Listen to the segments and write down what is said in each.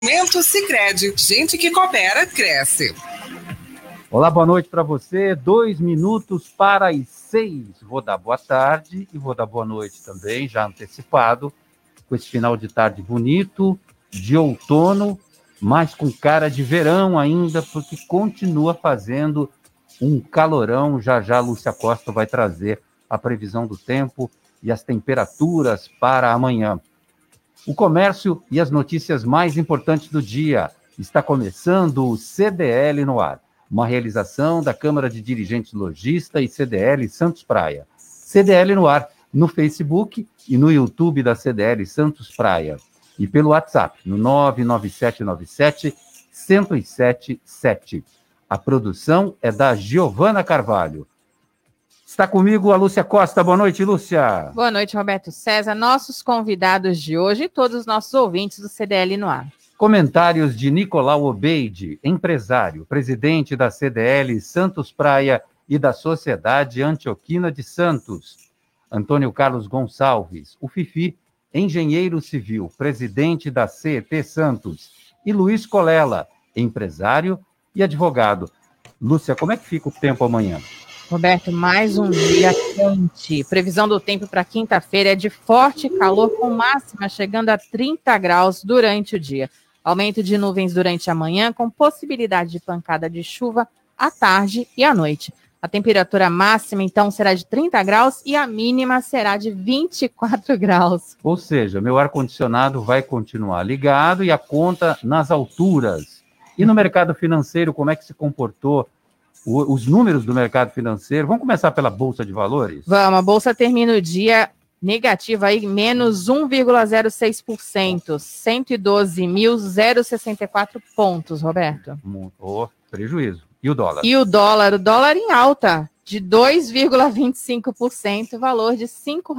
Momento Sicredi, gente que coopera, cresce. Olá, boa noite para você, 2 minutos para as 6. Vou dar boa tarde e vou dar boa noite também, já antecipado, com esse final de tarde bonito, de outono, mas com cara de verão ainda, porque continua fazendo um calorão. Já já a Lúcia Costa vai trazer a previsão do tempo e as temperaturas para amanhã. O comércio e as notícias mais importantes do dia. Está começando o CDL no ar, uma realização da Câmara de Dirigentes Logista e CDL Santos Praia. CDL no ar, no Facebook e no YouTube da CDL Santos Praia. E pelo WhatsApp, no 99797-1077. A produção é da Giovana Carvalho. Está comigo a Lúcia Costa. Boa noite, Lúcia. Boa noite, Roberto César. Nossos convidados de hoje e todos os nossos ouvintes do CDL no ar. Comentários de Nicolau Obeide, empresário, presidente da CDL Santos Praia e da Sociedade Antioquina de Santos. Antônio Carlos Gonçalves, o Fifi, engenheiro civil, presidente da CET Santos. E Luiz Colela, empresário e advogado. Lúcia, como é que fica o tempo amanhã? Roberto, mais um dia quente. Previsão do tempo para quinta-feira é de forte calor, com máxima chegando a 30 graus durante o dia. Aumento de nuvens durante a manhã, com possibilidade de pancada de chuva à tarde e à noite. A temperatura máxima, então, será de 30 graus e a mínima será de 24 graus. Ou seja, meu ar-condicionado vai continuar ligado e a conta nas alturas. E no mercado financeiro, como é que se comportou os números do mercado financeiro? Vamos começar pela Bolsa de Valores? Vamos, a Bolsa termina o dia negativa aí, menos 1,06%, 112.064 pontos, Roberto. Prejuízo. E o dólar? E o dólar em alta, de 2,25%, valor de R$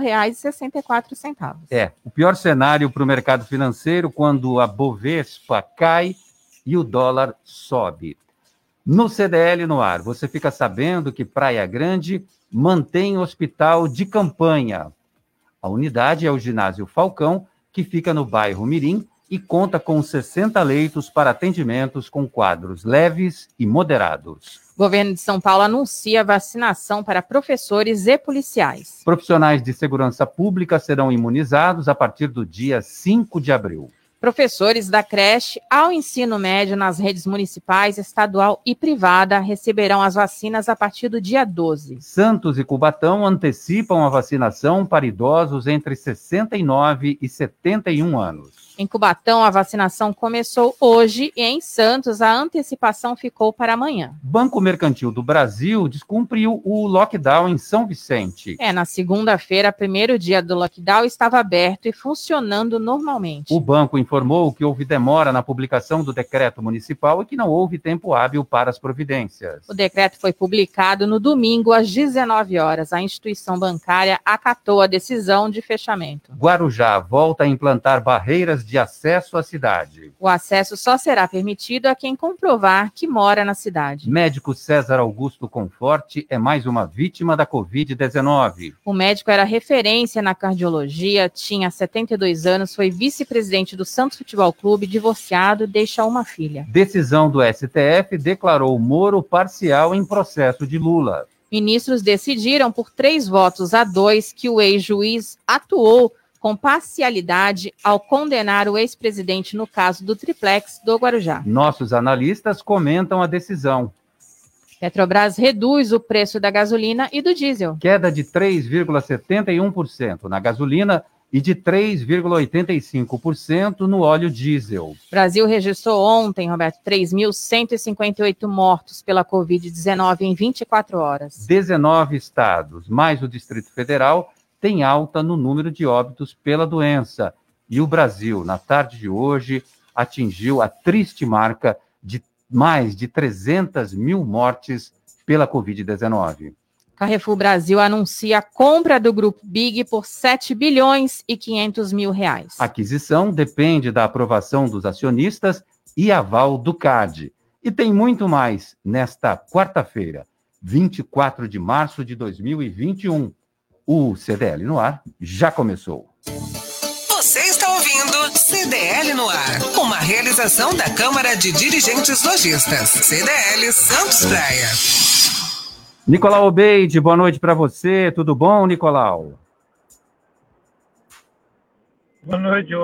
5,64. O pior cenário para o mercado financeiro quando a Bovespa cai e o dólar sobe. No CDL no ar, você fica sabendo que Praia Grande mantém hospital de campanha. A unidade é o Ginásio Falcão, que fica no bairro Mirim e conta com 60 leitos para atendimentos com quadros leves e moderados. O governo de São Paulo anuncia vacinação para professores e policiais. Profissionais de segurança pública serão imunizados a partir do dia 5 de abril. Professores da creche ao ensino médio nas redes municipais, estadual e privada receberão as vacinas a partir do dia 12. Santos e Cubatão antecipam a vacinação para idosos entre 69 e 71 anos. Em Cubatão, a vacinação começou hoje e em Santos a antecipação ficou para amanhã. Banco Mercantil do Brasil descumpriu o lockdown em São Vicente. Na segunda-feira, primeiro dia do lockdown, estava aberto e funcionando normalmente. O banco informou que houve demora na publicação do decreto municipal e que não houve tempo hábil para as providências. O decreto foi publicado no domingo às 19 horas. A instituição bancária acatou a decisão de fechamento. Guarujá volta a implantar barreiras de acesso à cidade. O acesso só será permitido a quem comprovar que mora na cidade. Médico César Augusto Conforte é mais uma vítima da Covid-19. O médico era referência na cardiologia, tinha 72 anos, foi vice-presidente do Santos Futebol Clube, divorciado, deixa uma filha. Decisão do STF declarou Moro parcial em processo de Lula. Ministros decidiram por 3-2 que o ex-juiz atuou com parcialidade ao condenar o ex-presidente no caso do triplex do Guarujá. Nossos analistas comentam a decisão. Petrobras reduz o preço da gasolina e do diesel. Queda de 3,71% na gasolina e de 3,85% no óleo diesel. Brasil registrou ontem, Roberto, 3.158 mortos pela Covid-19 em 24 horas. 19 estados, mais o Distrito Federal, tem alta no número de óbitos pela doença. E o Brasil, na tarde de hoje, atingiu a triste marca de mais de 300 mil mortes pela Covid-19. Carrefour Brasil anuncia a compra do Grupo Big por 7 bilhões e 500 mil reais. A aquisição depende da aprovação dos acionistas e aval do CAD. E tem muito mais nesta quarta-feira, 24 de março de 2021. O CDL no ar já começou. Você está ouvindo ouvindo CDL no Ar, uma realização da Câmara de Dirigentes Lojistas. CDL Santos Praia. Nicolau Obeide, boa noite para você. Tudo bom, Nicolau? Boa noite.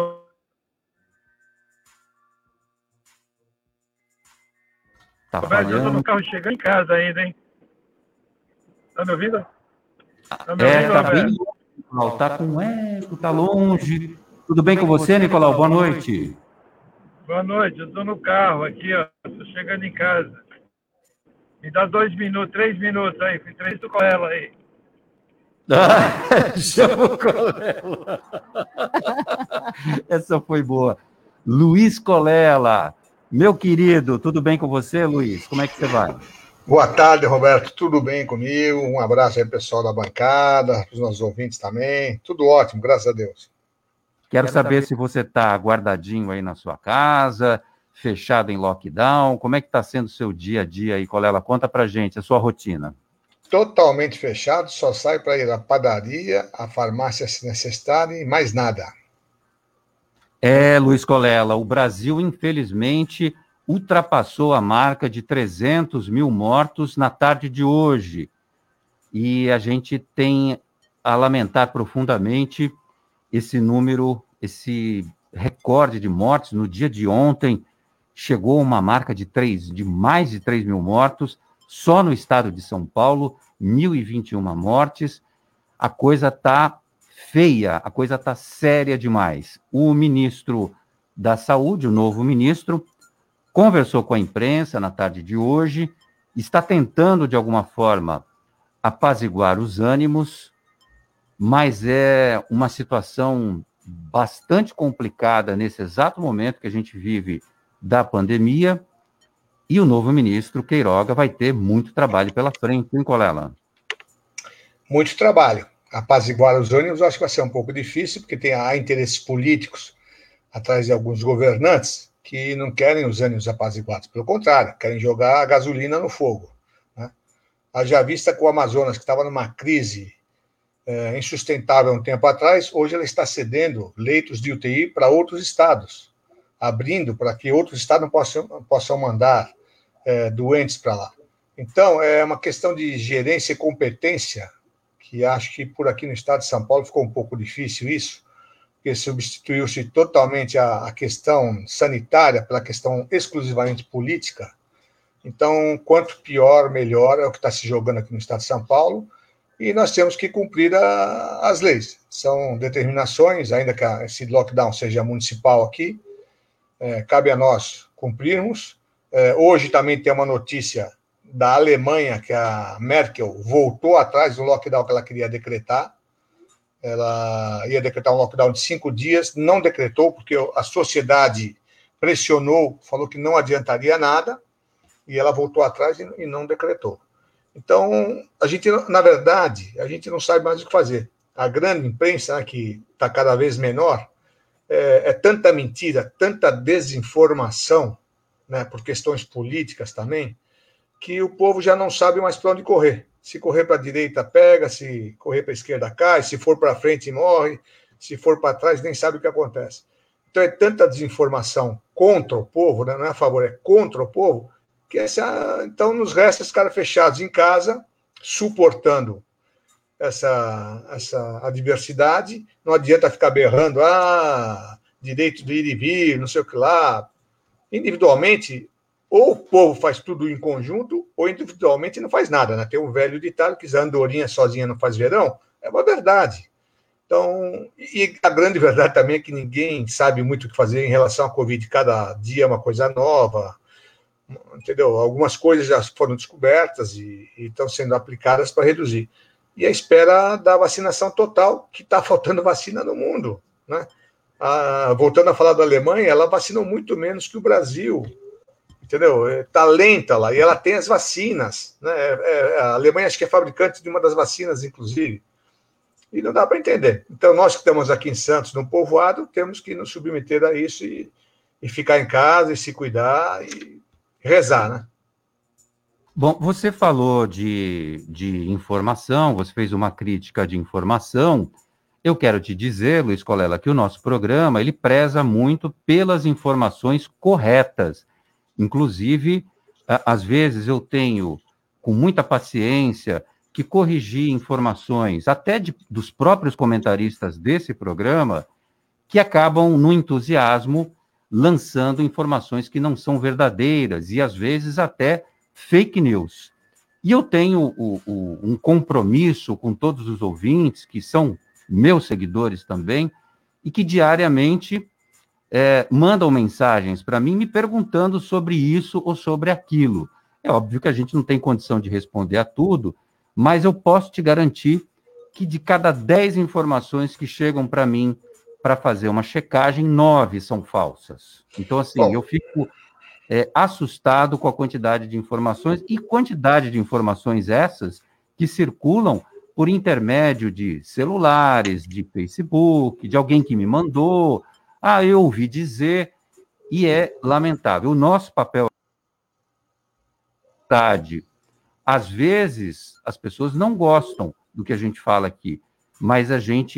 Tá Roberto, eu tô no falhando. carro chegando em casa ainda, hein? Tá me ouvindo? Tá me É, ouvindo, tá Roberto? bem, Nicolau, tá com eco, tá longe. Tudo bem com você, Nicolau? Boa noite. Boa noite, eu tô no carro aqui, ó. Tô chegando em casa. Me dá 2 minutos, 3 minutos aí. Fui 3 com ela aí. Chama o Colela. Essa foi boa. Luiz Colela, meu querido, tudo bem com você, Luiz? Como é que você vai? Boa tarde, Roberto. Tudo bem comigo? Um abraço aí, pessoal da bancada, os nossos ouvintes também. Tudo ótimo, graças a Deus. Quero saber se você está guardadinho aí na sua casa, fechado em lockdown. Como é que está sendo o seu dia a dia aí, Colela? Conta pra gente a sua rotina. Totalmente fechado, só sai para ir à padaria, à farmácia se necessitarem, mais nada. Luiz Colela, o Brasil, infelizmente, ultrapassou a marca de 300 mil mortos na tarde de hoje. E a gente tem a lamentar profundamente esse número, esse recorde de mortes. No dia de ontem, chegou uma marca de mais de 3 mil mortos, só no estado de São Paulo, 1.021 mortes. A coisa está feia, a coisa está séria demais. O ministro da Saúde, o novo ministro, conversou com a imprensa na tarde de hoje, está tentando, de alguma forma, apaziguar os ânimos, mas é uma situação bastante complicada nesse exato momento que a gente vive da pandemia, e o novo ministro, Queiroga, vai ter muito trabalho pela frente, hein, Colela? Muito trabalho. Apaziguar os ânimos, eu acho que vai ser um pouco difícil, porque há interesses políticos atrás de alguns governantes que não querem os ânimos apaziguados. Pelo contrário, querem jogar a gasolina no fogo, né? Haja vista com o Amazonas, que estava numa crise insustentável um tempo atrás, hoje ela está cedendo leitos de UTI para outros estados, abrindo para que outros estados possam mandar doentes para lá. Então, é uma questão de gerência e competência, que acho que por aqui no estado de São Paulo ficou um pouco difícil isso, porque substituiu-se totalmente a questão sanitária pela questão exclusivamente política. Então, quanto pior, melhor, é o que está se jogando aqui no estado de São Paulo, e nós temos que cumprir as leis. São determinações, ainda que esse lockdown seja municipal aqui, cabe a nós cumprirmos. Hoje também tem uma notícia da Alemanha, que a Merkel voltou atrás do lockdown que ela queria decretar. Ela ia decretar um lockdown de 5 dias, não decretou, porque a sociedade pressionou, falou que não adiantaria nada, e ela voltou atrás e não decretou. Então, a gente, na verdade, a gente não sabe mais o que fazer. A grande imprensa, né, que está cada vez menor, é tanta mentira, tanta desinformação, né, por questões políticas também, que o povo já não sabe mais para onde correr. Se correr para a direita, pega, se correr para a esquerda, cai, se for para frente, morre, se for para trás, nem sabe o que acontece. Então, é tanta desinformação contra o povo, né, não é a favor, é contra o povo, que então nos resta os caras fechados em casa, suportando essa adversidade. Não adianta ficar berrando, direito de ir e vir, não sei o que lá. Individualmente, ou o povo faz tudo em conjunto, ou individualmente não faz nada, né? Tem um velho ditado que diz: andorinha sozinha não faz verão. É uma verdade. Então, e a grande verdade também é que ninguém sabe muito o que fazer em relação à Covid. Cada dia é uma coisa nova, entendeu? Algumas coisas já foram descobertas e estão sendo aplicadas para reduzir. E a espera da vacinação total, que está faltando vacina no mundo, né? Voltando a falar da Alemanha, ela vacinou muito menos que o Brasil, entendeu? Está lenta lá, e ela tem as vacinas, né? A Alemanha acho que é fabricante de uma das vacinas, inclusive, e não dá para entender. Então, nós que estamos aqui em Santos, no povoado, temos que nos submeter a isso e ficar em casa, e se cuidar, e rezar, né? Bom, você falou de informação, você fez uma crítica de informação, Eu quero te dizer, Luiz Colella, que o nosso programa, ele preza muito pelas informações corretas. Inclusive, às vezes eu tenho, com muita paciência, que corrigir informações, até dos próprios comentaristas desse programa, que acabam, no entusiasmo, lançando informações que não são verdadeiras e, às vezes, até fake news. E eu tenho um compromisso com todos os ouvintes, que são meus seguidores também, e que diariamente mandam mensagens para mim me perguntando sobre isso ou sobre aquilo. É óbvio que a gente não tem condição de responder a tudo, mas eu posso te garantir que de cada 10 informações que chegam para mim para fazer uma checagem, 9 são falsas. Então, assim, eu fico assustado com a quantidade de informações, e quantidade de informações essas que circulam por intermédio de celulares, de Facebook, de alguém que me mandou, eu ouvi dizer, e é lamentável. O nosso papel, às vezes, as pessoas não gostam do que a gente fala aqui, mas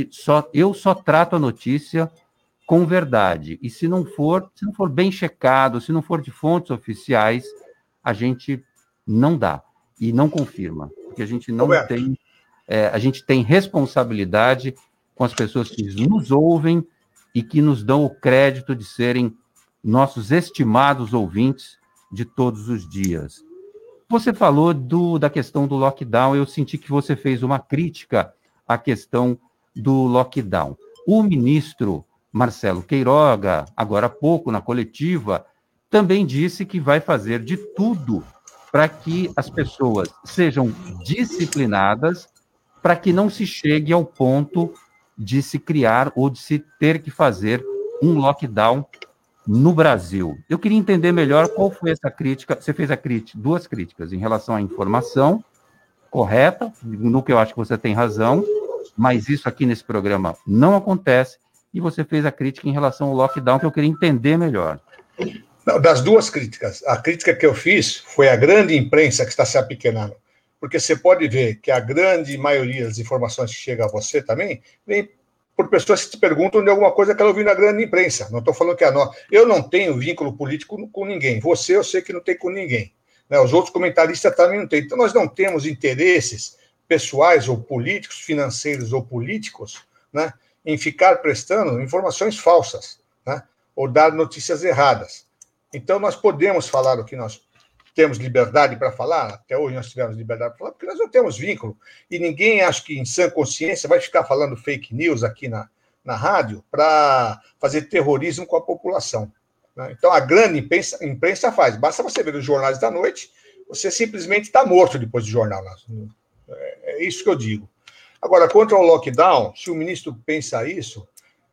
eu só trato a notícia com verdade. E se não for bem checado, se não for de fontes oficiais, a gente não dá e não confirma, porque a gente não tem, a gente tem responsabilidade com as pessoas que nos ouvem e que nos dão o crédito de serem nossos estimados ouvintes de todos os dias. Você falou da questão do lockdown, eu senti que você fez uma crítica à questão do lockdown. O ministro Marcelo Queiroga, agora há pouco, na coletiva, também disse que vai fazer de tudo para que as pessoas sejam disciplinadas, para que não se chegue ao ponto de se criar ou de se ter que fazer um lockdown no Brasil. Eu queria entender melhor qual foi essa crítica. Você fez duas críticas em relação à informação correta, no que eu acho que você tem razão, mas isso aqui nesse programa não acontece, e você fez a crítica em relação ao lockdown, que eu queria entender melhor. Não, das duas críticas, a crítica que eu fiz foi a grande imprensa que está se apequenando, porque você pode ver que a grande maioria das informações que chegam a você também vem por pessoas que te perguntam de alguma coisa que ela ouviu na grande imprensa. Não estou falando que é nós. Eu não tenho vínculo político com ninguém. Você, eu sei que não tem com ninguém. Né? Os outros comentaristas também não têm. Então, nós não temos interesses pessoais ou políticos, financeiros ou políticos, né, em ficar prestando informações falsas, né, ou dar notícias erradas. Então, nós podemos falar o que nós temos liberdade para falar, até hoje nós tivemos liberdade para falar, porque nós não temos vínculo, e ninguém, acho que em sã consciência, vai ficar falando fake news aqui na rádio para fazer terrorismo com a população. Né? Então, a grande imprensa faz. Basta você ver os jornais da noite, você simplesmente está morto depois do jornal. É isso que eu digo. Agora, contra o lockdown, se o ministro pensa isso,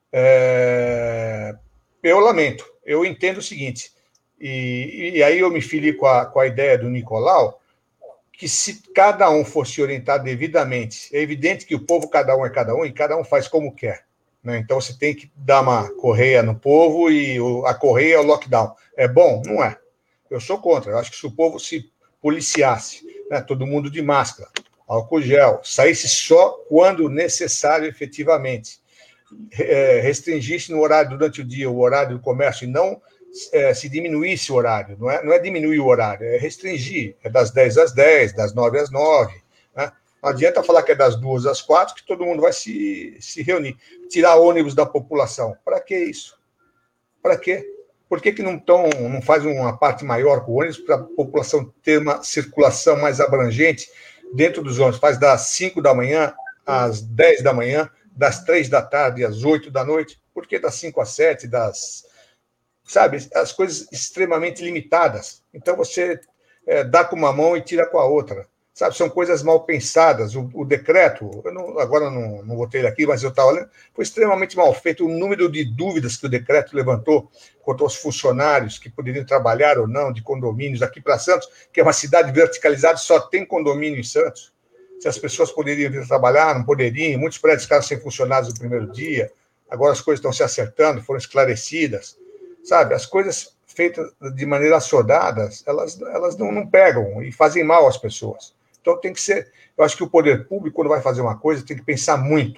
eu lamento. Eu entendo o seguinte, e aí eu me filio com a ideia do Nicolau, que se cada um fosse orientado devidamente, é evidente que o povo, cada um é cada um, e cada um faz como quer. Né? Então, você tem que dar uma correia no povo, e a correia é o lockdown. É bom? Não é. Eu sou contra. Eu acho que se o povo se policiasse, né, todo mundo de máscara, álcool gel, saísse só quando necessário efetivamente, restringisse no horário durante o dia o horário do comércio e não se diminuísse o horário, não é diminuir o horário, é restringir, é das 10 às 10, das 9 às 9, né? Não adianta falar que é das 2 às 4, que todo mundo vai se reunir, tirar ônibus da população. Para que isso? Para quê? Por que não faz uma parte maior com o ônibus para a população ter uma circulação mais abrangente dentro dos ônibus? Faz das 5 da manhã às 10 da manhã, das 3 da tarde às 8 da noite. Por que das 5 às 7, sabe, as coisas extremamente limitadas. Então, você dá com uma mão e tira com a outra. Sabe, são coisas mal pensadas. O decreto, agora não botei ele aqui, mas eu estava lendo, foi extremamente mal feito. O número de dúvidas que o decreto levantou quanto aos funcionários que poderiam trabalhar ou não de condomínios aqui para Santos, que é uma cidade verticalizada, só tem condomínio em Santos. Se as pessoas poderiam vir trabalhar, não poderiam. Muitos prédios ficaram sem funcionários no primeiro dia. Agora as coisas estão se acertando, foram esclarecidas. Sabe, as coisas feitas de maneira assodada, elas não pegam e fazem mal às pessoas. Então tem que ser, eu acho que o poder público, quando vai fazer uma coisa, tem que pensar muito,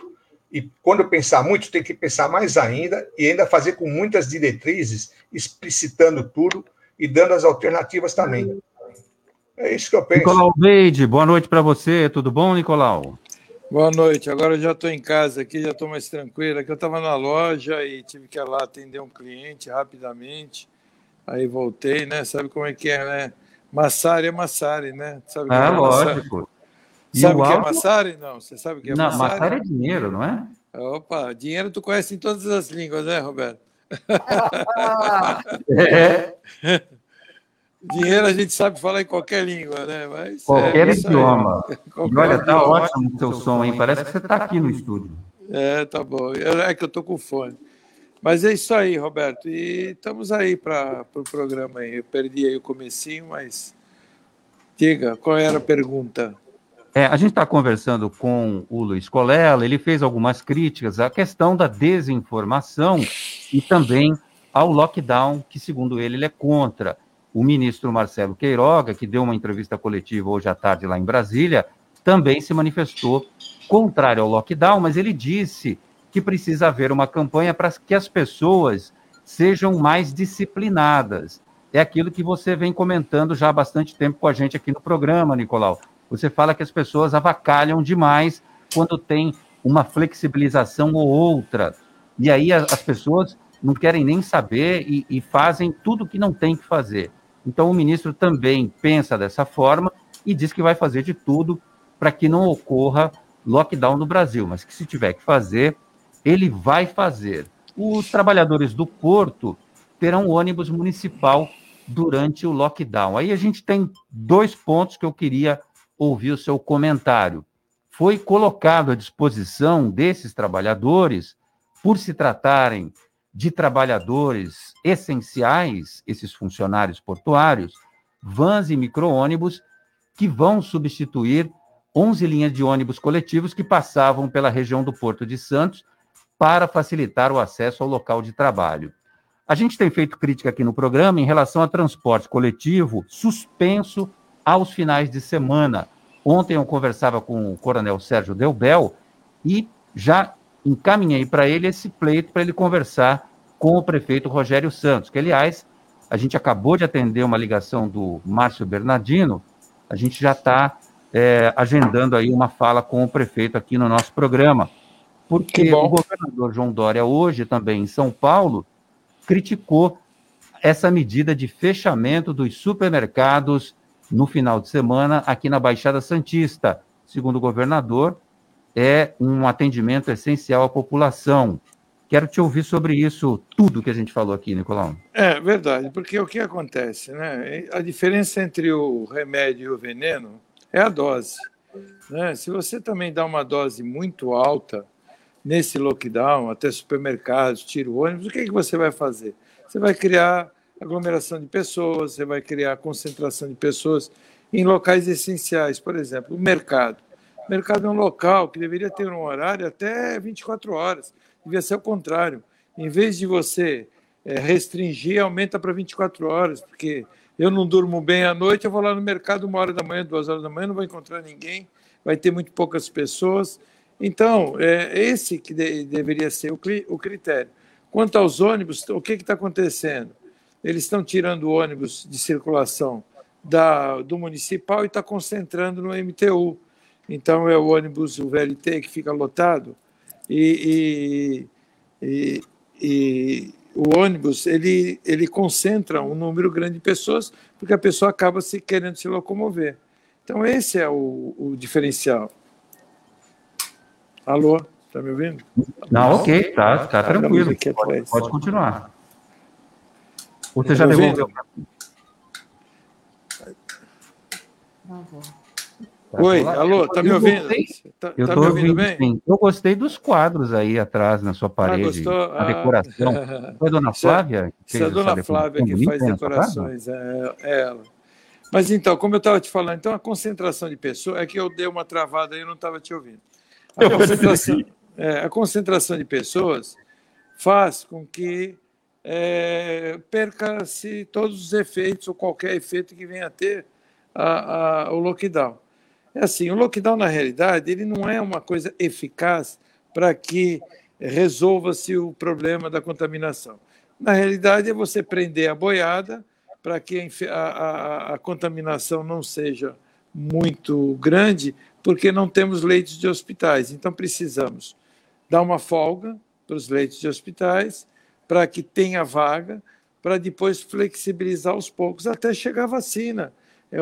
E quando pensar muito, tem que pensar mais ainda e ainda fazer com muitas diretrizes, explicitando tudo e dando as alternativas também. É isso que eu penso. Nicolau Veide, boa noite para você. Tudo bom, Nicolau? Boa noite. Agora eu já estou em casa aqui, já estou mais tranquilo. Aqui eu estava na loja e tive que ir lá atender um cliente rapidamente. Aí voltei, né? Sabe como é que é, né? Massari é Massari, né? Sabe o que é lógico. Sabe o que é Massari? Não, você sabe o que é Massari? Não, Massari é dinheiro, não é? Opa, dinheiro tu conhece em todas as línguas, né, Roberto? Dinheiro a gente sabe falar em qualquer língua, né? Mas qualquer idioma. E olha, tá ótimo o seu som, hein? Parece que você está aqui no estúdio. Tá bom. É que eu tô com fone. Mas é isso aí, Roberto. E estamos aí para o programa aí. Eu perdi aí o comecinho, mas diga, qual era a pergunta? A gente está conversando com o Luiz Colella, ele fez algumas críticas à questão da desinformação e também ao lockdown, que, segundo ele é contra. O ministro Marcelo Queiroga, que deu uma entrevista coletiva hoje à tarde lá em Brasília, também se manifestou contrário ao lockdown, mas ele disse que precisa haver uma campanha para que as pessoas sejam mais disciplinadas. É aquilo que você vem comentando já há bastante tempo com a gente aqui no programa, Nicolau. Você fala que as pessoas avacalham demais quando tem uma flexibilização ou outra. E aí as pessoas não querem nem saber e fazem tudo que não tem que fazer. Então, o ministro também pensa dessa forma e diz que vai fazer de tudo para que não ocorra lockdown no Brasil, mas que se tiver que fazer, ele vai fazer. Os trabalhadores do Porto terão ônibus municipal durante o lockdown. Aí a gente tem 2 pontos que eu queria ouvir o seu comentário. Foi colocado à disposição desses trabalhadores, por se tratarem de trabalhadores essenciais, esses funcionários portuários, vans e micro-ônibus que vão substituir 11 linhas de ônibus coletivos que passavam pela região do Porto de Santos para facilitar o acesso ao local de trabalho. A gente tem feito crítica aqui no programa em relação a transporte coletivo suspenso aos finais de semana. Ontem eu conversava com o coronel Sérgio Delbel e já encaminhei para ele esse pleito para ele conversar com o prefeito Rogério Santos, que, aliás, a gente acabou de atender uma ligação do Márcio Bernardino, a gente já está agendando aí uma fala com o prefeito aqui no nosso programa, porque o governador João Dória hoje também em São Paulo criticou essa medida de fechamento dos supermercados no final de semana aqui na Baixada Santista. Segundo o governador, é um atendimento essencial à população. Quero te ouvir sobre isso, tudo que a gente falou aqui, Nicolau. É verdade, porque o que acontece, né? A diferença entre o remédio e o veneno é a dose, né? Se você também dá uma dose muito alta nesse lockdown, até supermercados, tira o ônibus, o que você vai fazer? Você vai criar aglomeração de pessoas, você vai criar concentração de pessoas em locais essenciais, por exemplo, o mercado. O mercado é um local que deveria ter um horário até 24 horas, devia ser o contrário. Em vez de você restringir, aumenta para 24 horas, porque eu não durmo bem à noite, eu vou lá no mercado 1h da manhã, 2h da manhã, não vou encontrar ninguém, vai ter muito poucas pessoas. Então, esse que deveria ser o critério. Quanto aos ônibus, o que está acontecendo? Eles estão tirando o ônibus de circulação do municipal e está concentrando no MTU. Então, é o ônibus, o VLT, que fica lotado, e o ônibus ele concentra um número grande de pessoas, porque a pessoa acaba querendo se locomover. Então, esse é o diferencial. Alô, está me ouvindo? Não, ok, tá tranquilo. Pode continuar. Você já devolveu? Oi, alô, está me ouvindo? Eu estou ouvindo bem? Sim. Eu gostei dos quadros aí atrás na sua parede. Gostou? A decoração. Foi a dona Flávia? Isso é a dona Flávia que faz decorações, é ela. Mas então, como eu estava te falando, então a concentração de pessoas, é que eu dei uma travada aí e não estava te ouvindo. A concentração de pessoas faz com que perca-se todos os efeitos ou qualquer efeito que venha a ter o lockdown. É assim, o lockdown, na realidade, ele não é uma coisa eficaz para que resolva-se o problema da contaminação. Na realidade, é você prender a boiada para que a contaminação não seja muito grande, porque não temos leitos de hospitais. Então, precisamos dar uma folga para os leitos de hospitais, para que tenha vaga, para depois flexibilizar aos poucos até chegar a vacina. É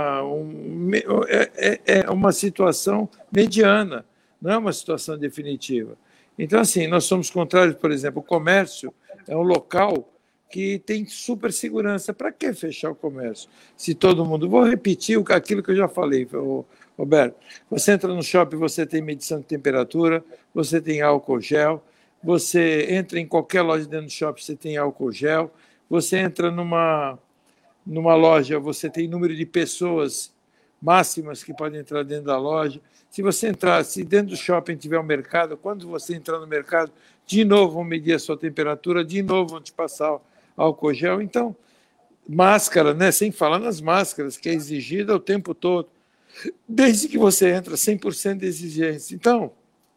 uma situação mediana, não é uma situação definitiva. Então, assim, nós somos contrários, por exemplo, o comércio é um local que tem super segurança. Para que fechar o comércio? Se todo mundo... Vou repetir aquilo que eu já falei, Roberto. Você entra no shopping, você tem medição de temperatura, você tem álcool gel, você entra em qualquer loja dentro do shopping, você tem álcool gel, você entra numa loja, você tem número de pessoas máximas que podem entrar dentro da loja. Se dentro do shopping tiver um mercado, quando você entrar no mercado, de novo vão medir a sua temperatura, de novo vão te passar álcool gel. Então, máscara, né? Sem falar nas máscaras, que é exigida o tempo todo, desde que você entra, 100% de exigência. Então,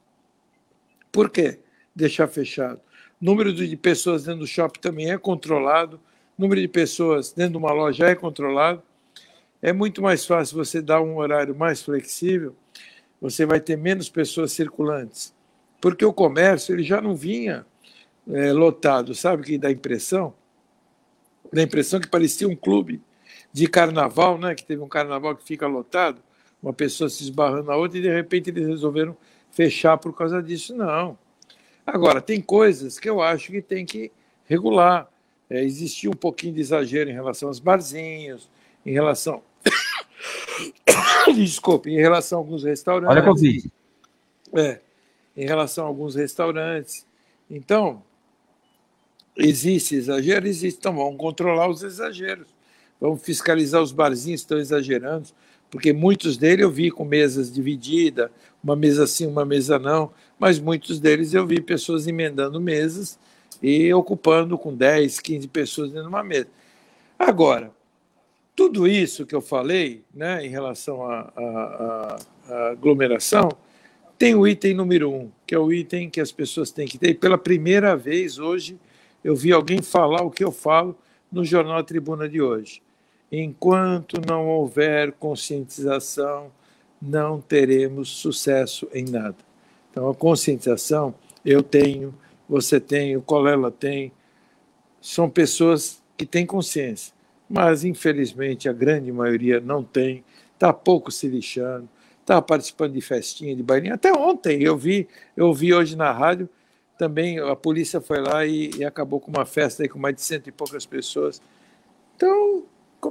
por que deixar fechado? O número de pessoas dentro do shopping também é controlado, o número de pessoas dentro de uma loja é controlado. É muito mais fácil você dar um horário mais flexível, você vai ter menos pessoas circulantes, porque o comércio ele já não vinha lotado, sabe o que dá a impressão? Dá a impressão que parecia um clube de carnaval, né? Que teve um carnaval que fica lotado, uma pessoa se esbarrando na outra e de repente eles resolveram fechar por causa disso. Não. Agora, tem coisas que eu acho que tem que regular. Existia um pouquinho de exagero em relação aos barzinhos, em relação... Desculpe, em relação a alguns restaurantes. Olha que eu vi. Em relação a alguns restaurantes. Então, existe exagero? Existe. Então, vamos controlar os exageros. Vamos fiscalizar os barzinhos que estão exagerando, porque muitos deles eu vi com mesas divididas, uma mesa sim, uma mesa não, mas muitos deles eu vi pessoas emendando mesas e ocupando com 10, 15 pessoas dentro de uma mesa. Agora, tudo isso que eu falei, né, em relação à aglomeração, tem o item número 1, que é o item que as pessoas têm que ter. E pela primeira vez hoje, eu vi alguém falar o que eu falo no Jornal Tribuna de hoje. Enquanto não houver conscientização, não teremos sucesso em nada. Então, a conscientização, eu tenho, você tem, o Colela tem, são pessoas que têm consciência. Mas, infelizmente, a grande maioria não tem, está pouco se lixando, está participando de festinha, de bailinha. Até ontem eu vi hoje na rádio, também a polícia foi lá e acabou com uma festa aí com mais de 100 e poucas pessoas. Então,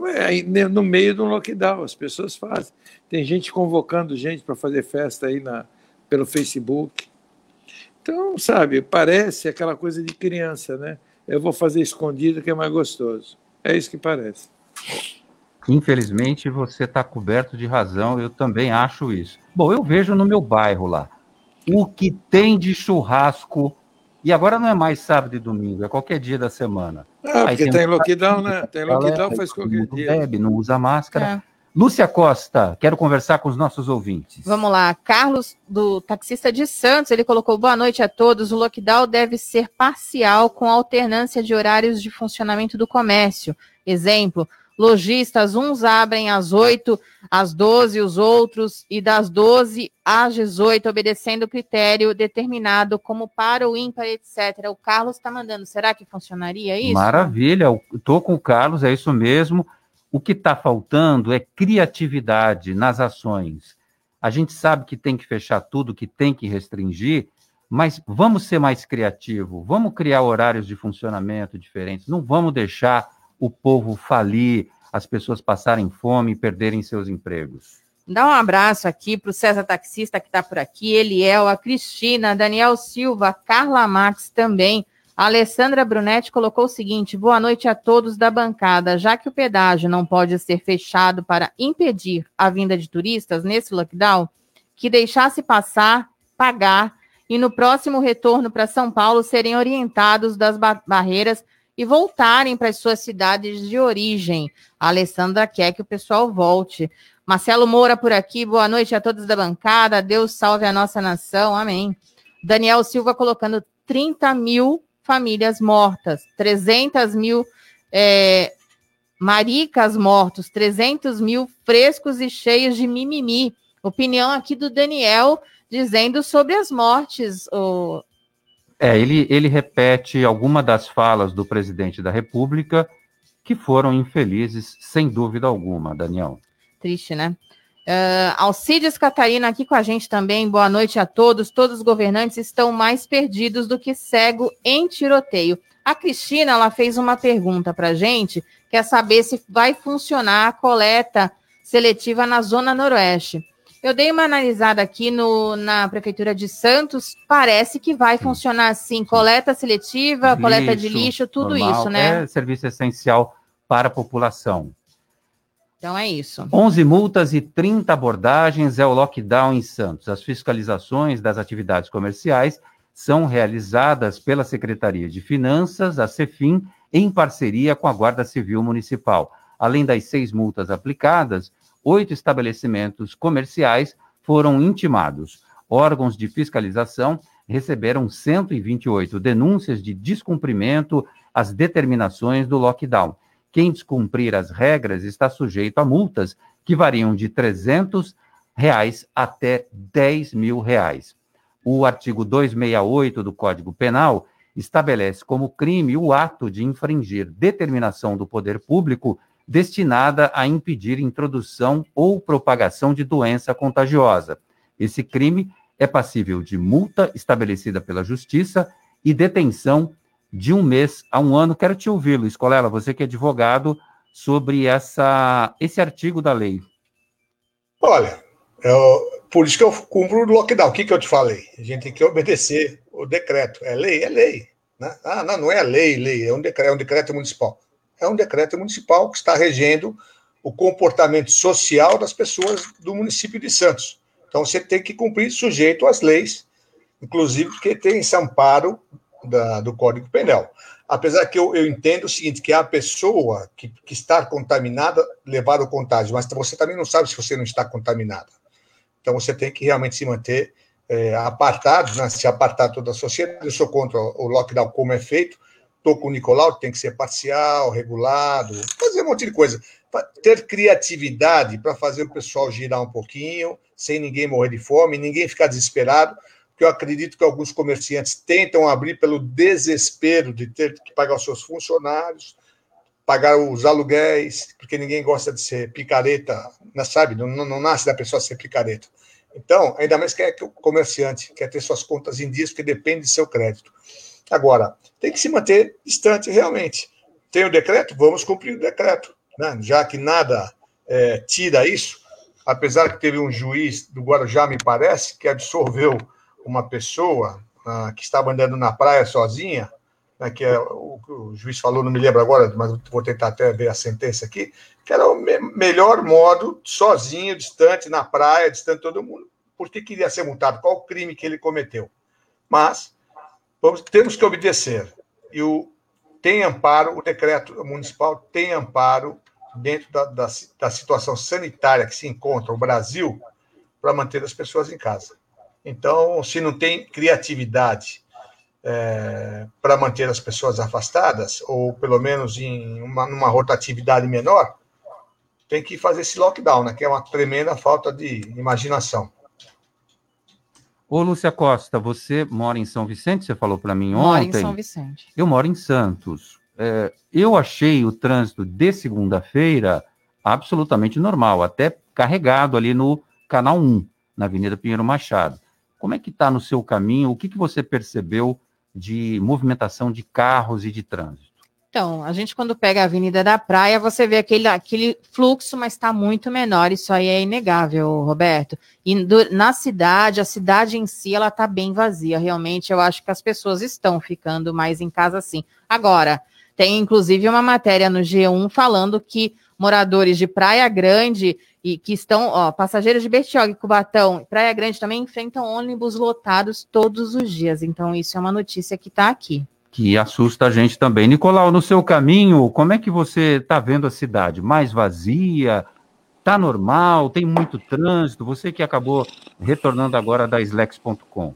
no meio de um lockdown, as pessoas fazem. Tem gente convocando gente para fazer festa aí pelo Facebook. Então, sabe, parece aquela coisa de criança, né? Eu vou fazer escondido que é mais gostoso. É isso que parece. Infelizmente, você está coberto de razão, eu também acho isso. Bom, eu vejo no meu bairro lá, o que tem de churrasco, e agora não é mais sábado e domingo, é qualquer dia da semana. Porque tem lockdown, né? Tem lockdown, faz qualquer dia. Bebe, não usa máscara. Lúcia Costa, quero conversar com os nossos ouvintes. Vamos lá, Carlos, do taxista de Santos, ele colocou: boa noite a todos, o lockdown deve ser parcial com alternância de horários de funcionamento do comércio. Exemplo, lojistas, uns abrem às 8, às 12, os outros, e das 12 às 18, obedecendo o critério determinado como para o ímpar, etc. O Carlos está mandando, será que funcionaria isso? Maravilha, estou com o Carlos, é isso mesmo. O que está faltando é criatividade nas ações. A gente sabe que tem que fechar tudo, que tem que restringir, mas vamos ser mais criativos, vamos criar horários de funcionamento diferentes, não vamos deixar o povo falir, as pessoas passarem fome e perderem seus empregos. Dá um abraço aqui para o César Taxista, que está por aqui, Eliel, a Cristina, Daniel Silva, a Carla Max também. A Alessandra Brunetti colocou o seguinte: boa noite a todos da bancada. Já que o pedágio não pode ser fechado para impedir a vinda de turistas nesse lockdown, que deixasse passar, pagar e no próximo retorno para São Paulo serem orientados das barreiras e voltarem para as suas cidades de origem. A Alessandra quer que o pessoal volte. Marcelo Moura por aqui, boa noite a todos da bancada. Deus salve a nossa nação, amém. Daniel Silva colocando 30 mil famílias mortas, 300 mil maricas mortos, 300 mil frescos e cheios de mimimi. Opinião aqui do Daniel dizendo sobre as mortes. Ele repete alguma das falas do presidente da República que foram infelizes, sem dúvida alguma, Daniel. Triste, né? Alcides Catarina aqui com a gente também. Boa noite a todos. Todos os governantes estão mais perdidos do que cego em tiroteio. A Cristina, ela fez uma pergunta para a gente, quer saber se vai funcionar a coleta seletiva na Zona Noroeste. Eu dei uma analisada aqui na Prefeitura de Santos, parece que vai funcionar assim, coleta seletiva, coleta de lixo, tudo normal, isso, né? É serviço essencial para a população. Então é isso. 11 multas e 30 abordagens é o lockdown em Santos. As fiscalizações das atividades comerciais são realizadas pela Secretaria de Finanças, a Cefim, em parceria com a Guarda Civil Municipal. Além das 6 multas aplicadas, 8 estabelecimentos comerciais foram intimados. Órgãos de fiscalização receberam 128 denúncias de descumprimento às determinações do lockdown. Quem descumprir as regras está sujeito a multas que variam de R$ 300 até R$ 10 mil. O artigo 268 do Código Penal estabelece como crime o ato de infringir determinação do poder público destinada a impedir introdução ou propagação de doença contagiosa. Esse crime é passível de multa estabelecida pela Justiça e detenção de 1 mês a 1 ano. Quero te ouvir, Luiz Colella, você que é advogado, sobre esse artigo da lei. Olha, por isso que eu cumpro o lockdown. O que eu te falei? A gente tem que obedecer o decreto. É lei. Né? Não é lei, é um decreto municipal. É um decreto municipal que está regendo o comportamento social das pessoas do município de Santos. Então, você tem que cumprir sujeito às leis, inclusive porque tem esse amparo do Código Penal. Apesar que eu entendo o seguinte, que a pessoa que está contaminada levar o contágio, mas você também não sabe se você não está contaminada. Então, você tem que realmente se manter apartado, né? Se apartar toda a sociedade. Eu sou contra o lockdown como é feito. Estou com o Nicolau, tem que ser parcial, regulado, fazer um monte de coisa. Ter criatividade para fazer o pessoal girar um pouquinho, sem ninguém morrer de fome, ninguém ficar desesperado, porque eu acredito que alguns comerciantes tentam abrir pelo desespero de ter que pagar os seus funcionários, pagar os aluguéis, porque ninguém gosta de ser picareta, sabe? Não nasce da pessoa ser picareta. Então, ainda mais que o comerciante quer ter suas contas em dias, porque depende do seu crédito. Agora, tem que se manter distante realmente. Tem o decreto? Vamos cumprir o decreto. Né? Já que nada tira isso, apesar que teve um juiz do Guarujá, me parece, que absolveu uma pessoa que estava andando na praia sozinha, né, que o juiz falou, não me lembro agora, mas vou tentar até ver a sentença aqui, que era o melhor modo, sozinho, distante, na praia, distante de todo mundo. Por que queria ser multado? Qual o crime que ele cometeu? Mas temos que obedecer. E tem amparo, o decreto municipal tem amparo dentro da situação sanitária que se encontra o Brasil para manter as pessoas em casa. Então, se não tem criatividade para manter as pessoas afastadas, ou pelo menos numa rotatividade menor, tem que fazer esse lockdown, né, que é uma tremenda falta de imaginação. Ô, Lúcia Costa, você mora em São Vicente? Você falou para mim ontem. Moro em São Vicente. Eu moro em Santos. Eu achei o trânsito de segunda-feira absolutamente normal, até carregado ali no Canal 1, na Avenida Pinheiro Machado. Como é que está no seu caminho? O que você percebeu de movimentação de carros e de trânsito? Então, a gente quando pega a Avenida da Praia, você vê aquele fluxo, mas está muito menor, isso aí é inegável, Roberto. E na cidade, a cidade em si, ela está bem vazia, realmente eu acho que as pessoas estão ficando mais em casa sim. Agora, tem inclusive uma matéria no G1 falando que moradores de Praia Grande e que estão, passageiros de Bertioga e Cubatão, Praia Grande também enfrentam ônibus lotados todos os dias, então isso é uma notícia que está aqui. Que assusta a gente também. Nicolau, no seu caminho, como é que você está vendo a cidade? Mais vazia? Está normal? Tem muito trânsito? Você que acabou retornando agora da Slex.com.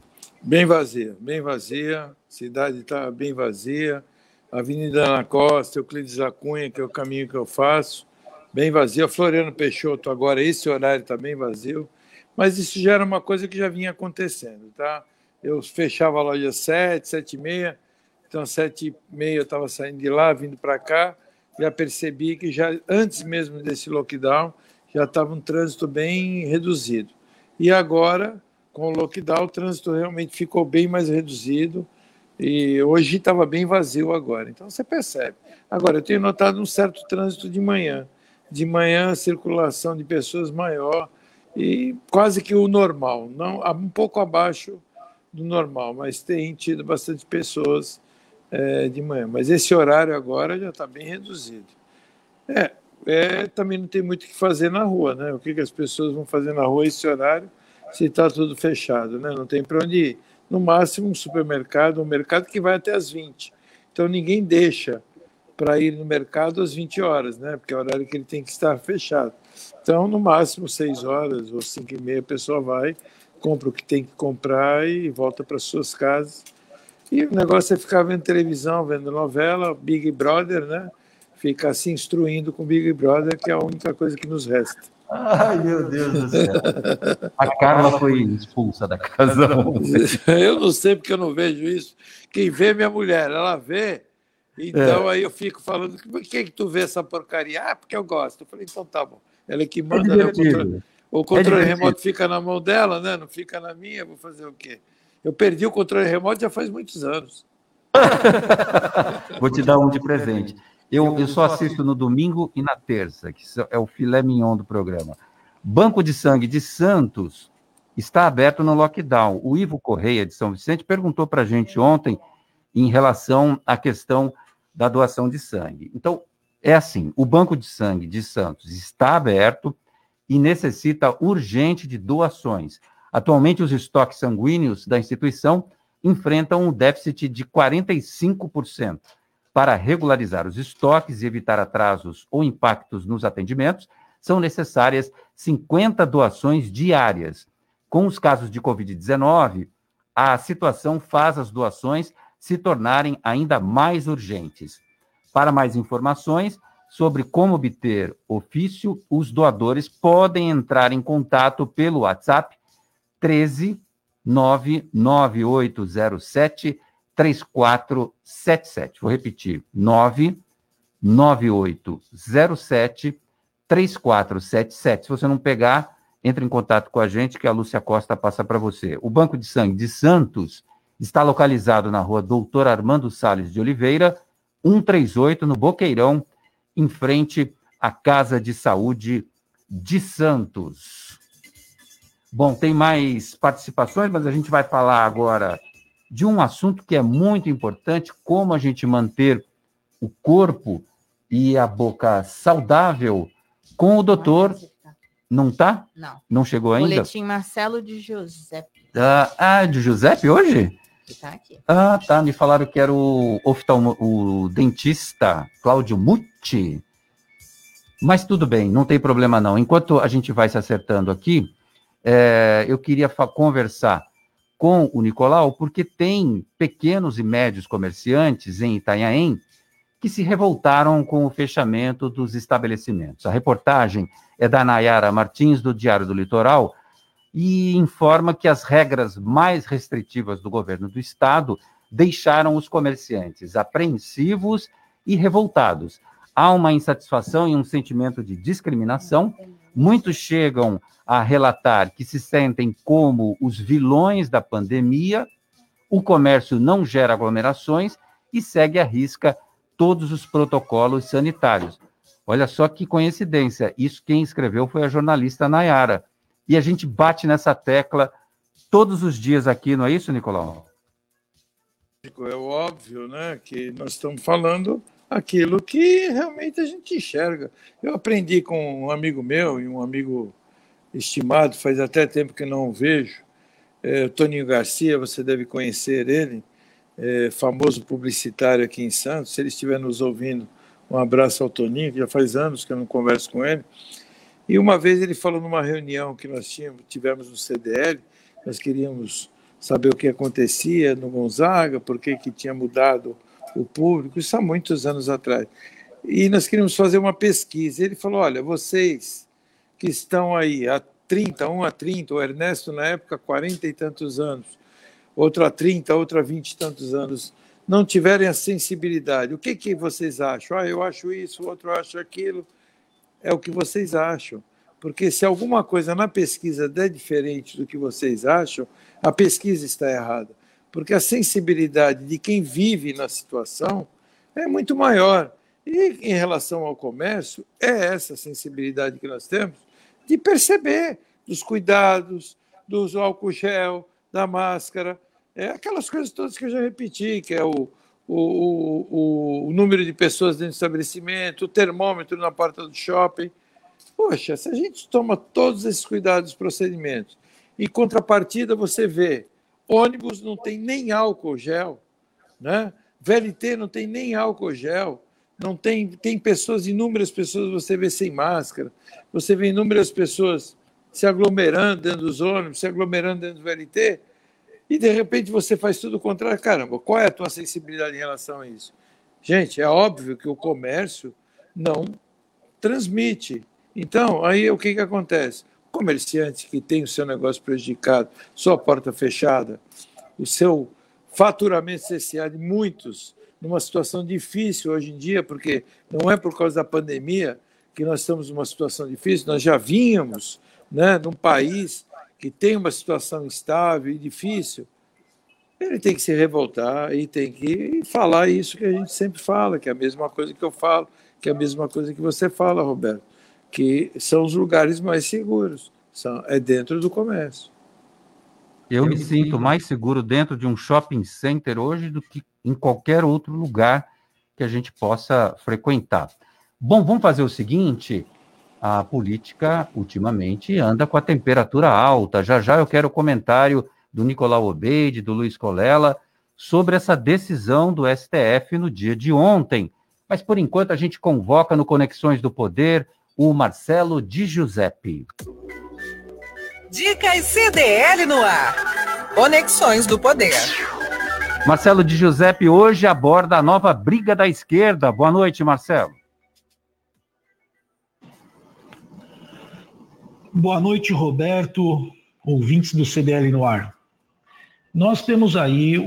Bem vazia, bem vazia. A cidade está bem vazia. Avenida Ana Costa, Euclides da Cunha, que é o caminho que eu faço, bem vazia. Floriano Peixoto, agora esse horário está bem vazio. Mas isso já era uma coisa que já vinha acontecendo, tá? Eu fechava a loja às 7, 7h30, então às 7h30 eu estava saindo de lá, vindo para cá, já percebi que já antes mesmo desse lockdown já estava um trânsito bem reduzido. E agora, com o lockdown, o trânsito realmente ficou bem mais reduzido e hoje estava bem vazio agora. Então você percebe. Agora, eu tenho notado um certo trânsito de manhã. De manhã, a circulação de pessoas maior e quase que o normal, não, um pouco abaixo do normal, mas tem tido bastante pessoas de manhã. Mas esse horário agora já está bem reduzido. Também não tem muito o que fazer na rua, né? O que as pessoas vão fazer na rua esse horário se está tudo fechado, né? Não tem para onde ir. No máximo um supermercado, um mercado que vai até às 20. Então ninguém deixa para ir no mercado às 20 horas, né? Porque é o horário que ele tem que estar fechado. Então, no máximo 6 horas ou 5h30 a pessoa vai, compra o que tem que comprar e volta para suas casas. E o negócio é ficar vendo televisão, vendo novela, Big Brother, né? Ficar se instruindo com Big Brother, que é a única coisa que nos resta. Ai, meu Deus do céu. A Carla foi expulsa da casa. Eu não sei porque eu não vejo isso. Quem vê é minha mulher, ela vê. Então aí eu fico falando, por que tu vê essa porcaria? Ah, porque eu gosto. Eu falei, então tá bom. Ela é que manda, né? O controle remoto fica na mão dela, né? Não fica na minha, vou fazer o quê? Eu perdi o controle remoto já faz muitos anos. Vou te dar um de presente. Eu só assisto no domingo e na terça, que é o filé mignon do programa. Banco de Sangue de Santos está aberto no lockdown. O Ivo Correia, de São Vicente, perguntou para a gente ontem em relação à questão da doação de sangue. Então, é assim, o Banco de Sangue de Santos está aberto e necessita urgente de doações. Atualmente, os estoques sanguíneos da instituição enfrentam um déficit de 45%. Para regularizar os estoques e evitar atrasos ou impactos nos atendimentos, são necessárias 50 doações diárias. Com os casos de Covid-19, a situação faz as doações se tornarem ainda mais urgentes. Para mais informações sobre como obter ofício, os doadores podem entrar em contato pelo WhatsApp 13 99807 3477. Vou repetir, 99807 3477. Se você não pegar, entre em contato com a gente que a Lúcia Costa passa para você. O Banco de Sangue de Santos está localizado na rua Doutor Armando Salles de Oliveira, 138, no Boqueirão, em frente à Casa de Saúde de Santos. Bom, tem mais participações, mas a gente vai falar agora de um assunto que é muito importante, como a gente manter o corpo e a boca saudável com o doutor... Não tá? Não. Não chegou ainda? Boletim Marcelo de Giuseppe. De Giuseppe hoje? Tá aqui. Tá. Me falaram que era o dentista Cláudio Mutti. Mas tudo bem, não tem problema não. Enquanto a gente vai se acertando aqui, eu queria conversar com o Nicolau, porque tem pequenos e médios comerciantes em Itanhaém que se revoltaram com o fechamento dos estabelecimentos. A reportagem é da Nayara Martins, do Diário do Litoral, e informa que as regras mais restritivas do governo do estado deixaram os comerciantes apreensivos e revoltados. Há uma insatisfação e um sentimento de discriminação. Muitos chegam a relatar que se sentem como os vilões da pandemia, o comércio não gera aglomerações e segue à risca todos os protocolos sanitários. Olha só que coincidência, isso quem escreveu foi a jornalista Nayara. E a gente bate nessa tecla todos os dias aqui, não é isso, Nicolau? É óbvio, né, que nós estamos falando aquilo que realmente a gente enxerga. Eu aprendi com um amigo meu e um amigo estimado, faz até tempo que não o vejo, Toninho Garcia, você deve conhecer ele, famoso publicitário aqui em Santos. Se ele estiver nos ouvindo, um abraço ao Toninho, que já faz anos que eu não converso com ele. E uma vez ele falou numa reunião que nós tivemos no CDL, nós queríamos saber o que acontecia no Gonzaga, por que tinha mudado o público, isso há muitos anos atrás. E nós queríamos fazer uma pesquisa. Ele falou, olha, vocês que estão aí há 30, um a 30, o Ernesto na época 40 e tantos anos, outro a 30, outro a 20 e tantos anos, não tiverem a sensibilidade. O que vocês acham? Eu acho isso, o outro acha aquilo. É o que vocês acham. Porque se alguma coisa na pesquisa der diferente do que vocês acham, a pesquisa está errada. Porque a sensibilidade de quem vive na situação é muito maior. E em relação ao comércio, é essa sensibilidade que nós temos de perceber dos cuidados, do álcool gel, da máscara, aquelas coisas todas que eu já repeti, que é o número de pessoas dentro do estabelecimento, o termômetro na porta do shopping. Poxa, se a gente toma todos esses cuidados e procedimentos, em contrapartida você vê, ônibus não tem nem álcool gel, né? VLT não tem nem álcool gel, não tem pessoas, inúmeras pessoas você vê sem máscara, você vê inúmeras pessoas se aglomerando dentro dos ônibus, se aglomerando dentro do VLT, e de repente você faz tudo o contrário. Caramba, qual é a tua sensibilidade em relação a isso? Gente, é óbvio que o comércio não transmite. Então, aí o que acontece? O comerciante que tem o seu negócio prejudicado, sua porta fechada, o seu faturamento cesseado, muitos, numa situação difícil hoje em dia, porque não é por causa da pandemia que nós estamos numa situação difícil, nós já vínhamos, né, num país que tem uma situação instável e difícil, ele tem que se revoltar e tem que falar isso que a gente sempre fala, que é a mesma coisa que eu falo, que é a mesma coisa que você fala, Roberto, que são os lugares mais seguros, é dentro do comércio. Eu me sinto mais seguro dentro de um shopping center hoje do que em qualquer outro lugar que a gente possa frequentar. Bom, vamos fazer o seguinte, a política, ultimamente, anda com a temperatura alta. Já já eu quero o comentário do Nicolau Obeide, do Luiz Colella, sobre essa decisão do STF no dia de ontem. Mas, por enquanto, a gente convoca no Conexões do Poder o Marcelo Di Giuseppe. Dicas CDL no ar. Conexões do Poder. Marcelo Di Giuseppe hoje aborda a nova briga da esquerda. Boa noite, Marcelo. Boa noite, Roberto, ouvintes do CDL no ar. Nós temos aí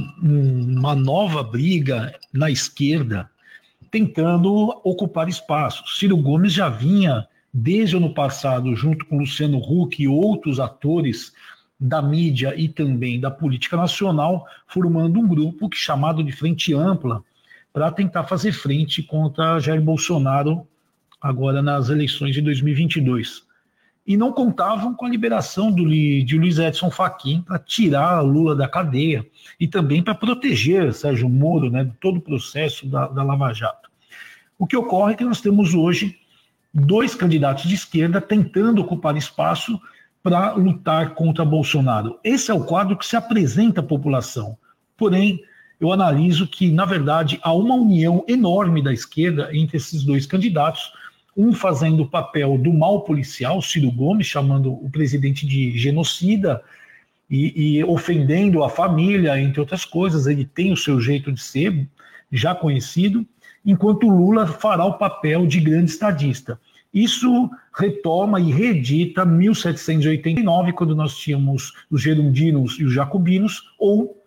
uma nova briga na esquerda tentando ocupar espaços. Ciro Gomes já vinha, desde o ano passado, junto com Luciano Huck e outros atores da mídia e também da política nacional, formando um grupo chamado de Frente Ampla para tentar fazer frente contra Jair Bolsonaro agora nas eleições de 2022. E não contavam com a liberação de Luiz Edson Fachin para tirar Lula da cadeia e também para proteger Sérgio Moro, né, de todo o processo da Lava Jato. O que ocorre é que nós temos hoje dois candidatos de esquerda tentando ocupar espaço para lutar contra Bolsonaro. Esse é o quadro que se apresenta à população. Porém, eu analiso que, na verdade, há uma união enorme da esquerda entre esses dois candidatos, um fazendo o papel do mal policial, Ciro Gomes, chamando o presidente de genocida e ofendendo a família, entre outras coisas. Ele tem o seu jeito de ser, já conhecido, enquanto Lula fará o papel de grande estadista. Isso retoma e reedita 1789, quando nós tínhamos os gerundinos e os jacobinos, ou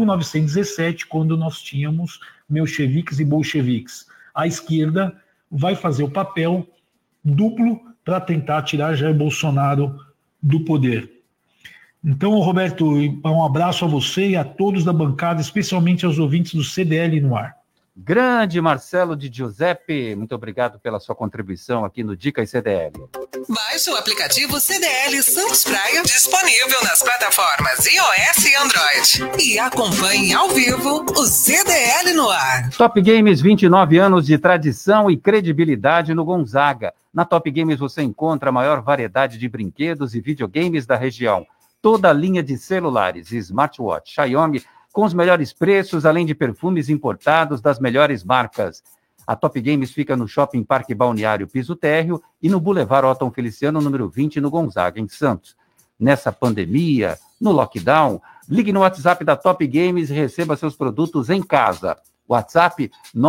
1917, quando nós tínhamos mencheviques e bolcheviques. A esquerda vai fazer o papel duplo para tentar tirar Jair Bolsonaro do poder. Então, Roberto, um abraço a você e a todos da bancada, especialmente aos ouvintes do CDL no ar. Grande Marcelo Di Giuseppe, muito obrigado pela sua contribuição aqui no Dicas CDL. Baixe o aplicativo CDL Santos Praia, disponível nas plataformas iOS e Android. E acompanhe ao vivo o CDL no ar. Top Games, 29 anos de tradição e credibilidade no Gonzaga. Na Top Games você encontra a maior variedade de brinquedos e videogames da região. Toda a linha de celulares e smartwatch Xiaomi com os melhores preços, além de perfumes importados das melhores marcas. A Top Games fica no Shopping Parque Balneário Piso Térreo e no Boulevard Otton Feliciano, número 20, no Gonzaga, em Santos. Nessa pandemia, no lockdown, Ligue no WhatsApp da Top Games e receba seus produtos em casa. WhatsApp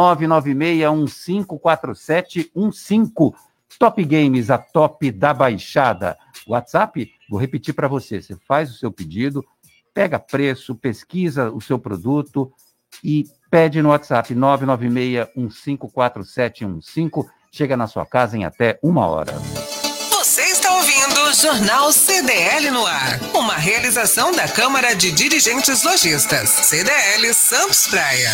996154715. Top Games, a top da Baixada. WhatsApp, vou repetir para você. Você faz o seu pedido, pega preço, pesquisa o seu produto e pede no WhatsApp 996154715. Chega na sua casa em até 1 hora. Você está ouvindo o Jornal CDL no ar. Uma realização da Câmara de Dirigentes Lojistas. CDL Santos Praia.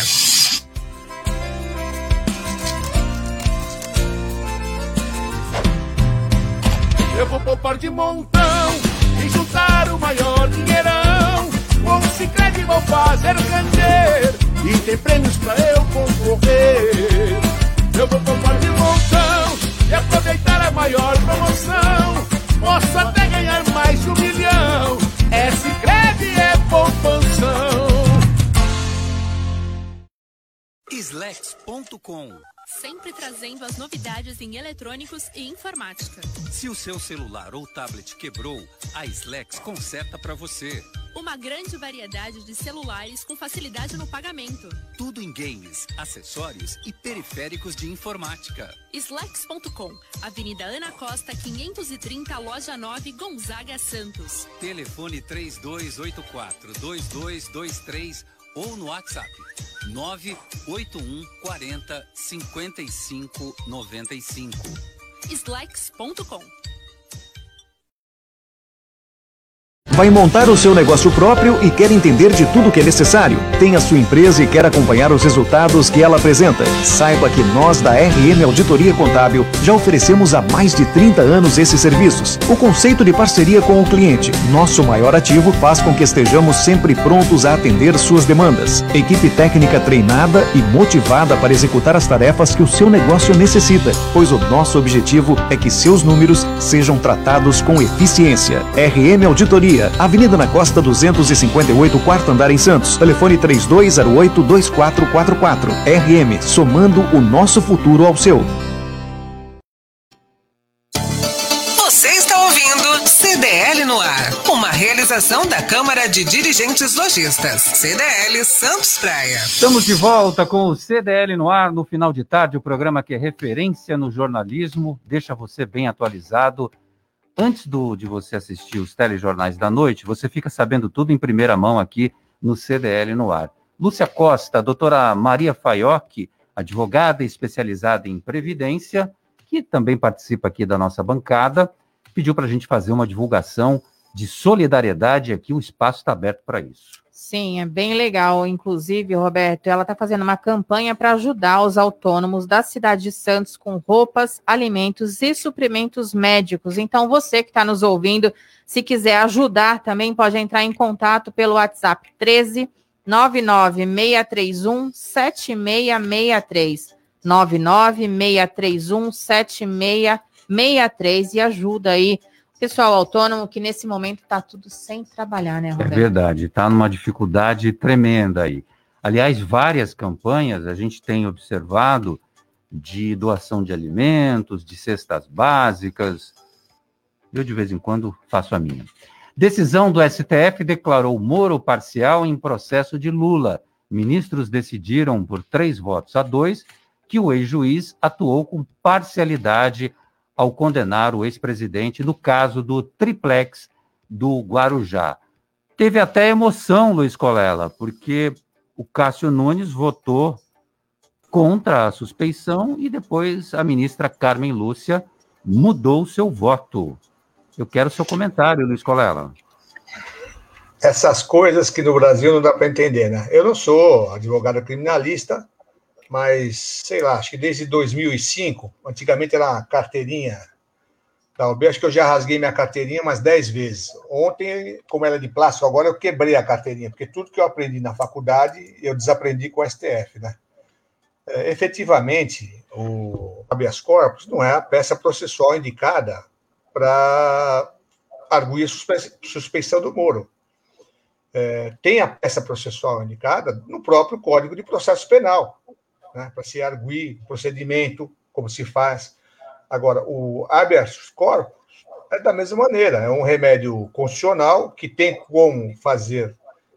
Eu vou poupar de montão e juntar o maior dinheirão. Com o Sicredi vou fazer render e tem prêmios pra eu concorrer. Eu vou poupar de montão e aproveitar a maior promoção. Posso até ganhar mais de 1 milhão. É Sicredi, é poupanção. Slex.com. Sempre trazendo as novidades em eletrônicos e informática. Se o seu celular ou tablet quebrou, a Slex conserta para você. Uma grande variedade de celulares com facilidade no pagamento. Tudo em games, acessórios e periféricos de informática. Slex.com, Avenida Ana Costa, 530, Loja 9, Gonzaga, Santos. Telefone 3284-2223 ou no WhatsApp 981 40 55 95. Slex.com. Vai montar o seu negócio próprio e quer entender de tudo que é necessário? Tem a sua empresa e quer acompanhar os resultados que ela apresenta? Saiba que nós da RM Auditoria Contábil já oferecemos há mais de 30 anos esses serviços. O conceito de parceria com o cliente, nosso maior ativo, faz com que estejamos sempre prontos a atender suas demandas. Equipe técnica treinada e motivada para executar as tarefas que o seu negócio necessita, pois o nosso objetivo é que seus números sejam tratados com eficiência. RM Auditoria, Avenida na Costa 258, quarto andar em Santos. Telefone 3208-2444. RM, somando o nosso futuro ao seu. Você está ouvindo CDL no ar. Uma realização da Câmara de Dirigentes Lojistas. CDL Santos Praia. Estamos de volta com o CDL no ar no final de tarde, o programa que é referência no jornalismo, deixa você bem atualizado. Antes de você assistir os telejornais da noite, você fica sabendo tudo em primeira mão aqui no CDL no ar. Lúcia Costa, a doutora Maria Faiocchi, advogada especializada em Previdência, que também participa aqui da nossa bancada, pediu para a gente fazer uma divulgação de solidariedade aqui, o espaço está aberto para isso. Sim, é bem legal. Inclusive, Roberto, ela está fazendo uma campanha para ajudar os autônomos da cidade de Santos com roupas, alimentos e suprimentos médicos. Então, você que está nos ouvindo, se quiser ajudar também, pode entrar em contato pelo WhatsApp 13 99631 7663. 99631 7663 e ajuda aí pessoal autônomo que nesse momento está tudo sem trabalhar, né, Roberto? É verdade, está numa dificuldade tremenda aí. Aliás, várias campanhas a gente tem observado de doação de alimentos, de cestas básicas. Eu, de vez em quando, faço a minha. Decisão do STF declarou Moro parcial em processo de Lula. Ministros decidiram por 3-2 que o ex-juiz atuou com parcialidade ao condenar o ex-presidente no caso do triplex do Guarujá. Teve até emoção, Luiz Colella, porque o Cássio Nunes votou contra a suspeição e depois a ministra Carmen Lúcia mudou seu voto. Eu quero seu comentário, Luiz Colella. Essas coisas que no Brasil não dá para entender, né? Eu não sou advogado criminalista, mas, sei lá, acho que desde 2005, antigamente era a carteirinha da OAB, acho que eu já rasguei minha carteirinha umas 10 vezes. Ontem, como ela é de plástico agora, eu quebrei a carteirinha, porque tudo que eu aprendi na faculdade, eu desaprendi com o STF, né? Efetivamente, o habeas corpus não é a peça processual indicada para arguir suspeição do Moro. Tem a peça processual indicada no próprio Código de Processo Penal, né, para se arguir procedimento, como se faz. Agora, o habeas corpus é da mesma maneira, é um remédio constitucional que tem como fazer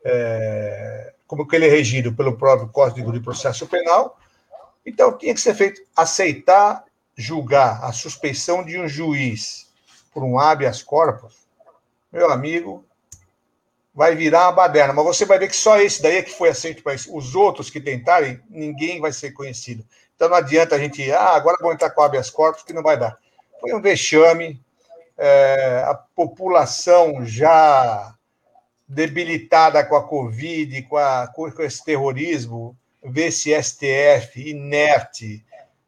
como que ele é regido pelo próprio Código de Processo Penal. Então, tinha que ser feito aceitar, julgar a suspeição de um juiz por um habeas corpus, meu amigo, vai virar uma baderna. Mas você vai ver que só esse daí é que foi aceito para isso. Os outros que tentarem, ninguém vai ser conhecido. Então, não adianta a gente agora vamos entrar com habeas corpus, que não vai dar. Foi um vexame, a população já debilitada com a Covid, com esse terrorismo, vê esse STF inerte,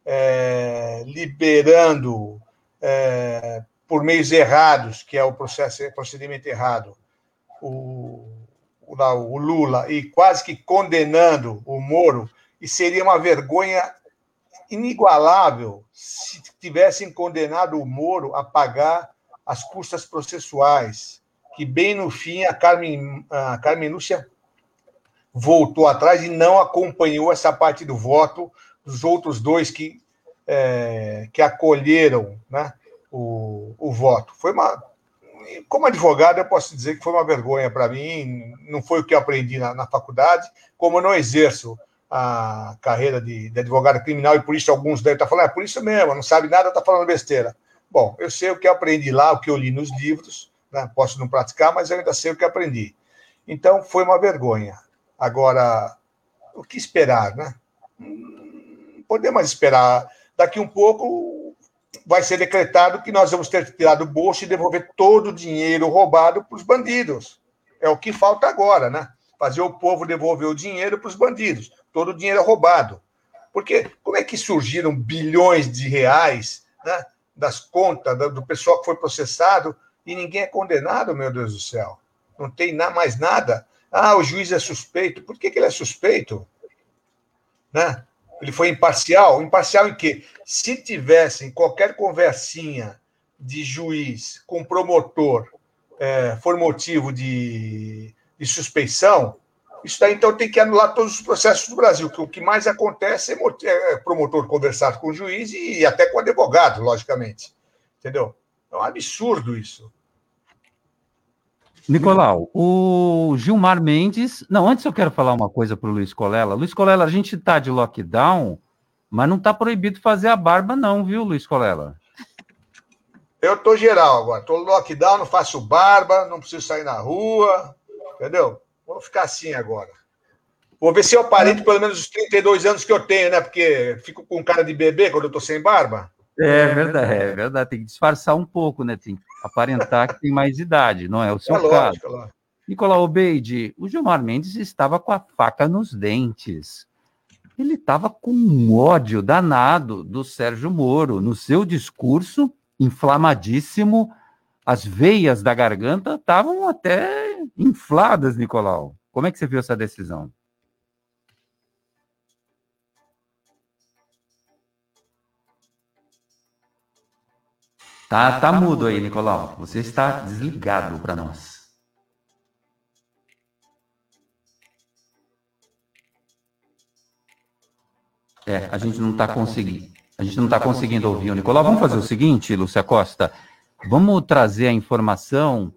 liberando por meios errados, que é o procedimento errado, o Lula, e quase que condenando o Moro, e seria uma vergonha inigualável se tivessem condenado o Moro a pagar as custas processuais, que bem no fim a Carmen Lúcia voltou atrás e não acompanhou essa parte do voto dos outros dois que acolheram, né, o voto. Como advogado, eu posso dizer que foi uma vergonha para mim, não foi o que eu aprendi na faculdade, como eu não exerço a carreira de advogado criminal, e por isso alguns devem estar falando, por isso mesmo, não sabe nada, está falando besteira. Bom, eu sei o que eu aprendi lá, o que eu li nos livros, né? Posso não praticar, mas eu ainda sei o que aprendi. Então, foi uma vergonha. Agora, o que esperar, né? Não podemos mais esperar. Daqui um pouco vai ser decretado que nós vamos ter tirado do bolso e devolver todo o dinheiro roubado para os bandidos. É o que falta agora, né? Fazer o povo devolver o dinheiro para os bandidos. Todo o dinheiro é roubado. Porque como é que surgiram bilhões de reais, né, das contas do pessoal que foi processado e ninguém é condenado, meu Deus do céu? Não tem mais nada. O juiz é suspeito. Por que ele é suspeito? Né? Ele foi imparcial? Imparcial em quê? Se tivessem qualquer conversinha de juiz com promotor for motivo de suspeição, isso daí, então, tem que anular todos os processos do Brasil, porque o que mais acontece é promotor conversar com o juiz e até com o advogado, logicamente. Entendeu? É um absurdo isso. Nicolau, o Gilmar Mendes... Não, antes eu quero falar uma coisa para o Luiz Colella. Luiz Colella, a gente está de lockdown, mas não está proibido fazer a barba não, viu, Luiz Colella? Eu estou geral agora. Estou no lockdown, não faço barba, não preciso sair na rua, entendeu? Vou ficar assim agora. Vou ver se eu aparento pelo menos os 32 anos que eu tenho, né? Porque fico com cara de bebê quando eu estou sem barba. É verdade. Tem que disfarçar um pouco, né? Tem que aparentar que tem mais idade, não é o seu caso. Lógico. Nicolau Obeide, o Gilmar Mendes estava com a faca nos dentes. Ele estava com um ódio danado do Sérgio Moro. No seu discurso, inflamadíssimo, as veias da garganta estavam até infladas, Nicolau. Como é que você viu essa decisão? Tá mudo aí, Nicolau. Você está desligado para nós. A gente não está conseguindo. A gente não está conseguindo ouvir o Nicolau. Vamos fazer o seguinte, Lúcia Costa. Vamos trazer a informação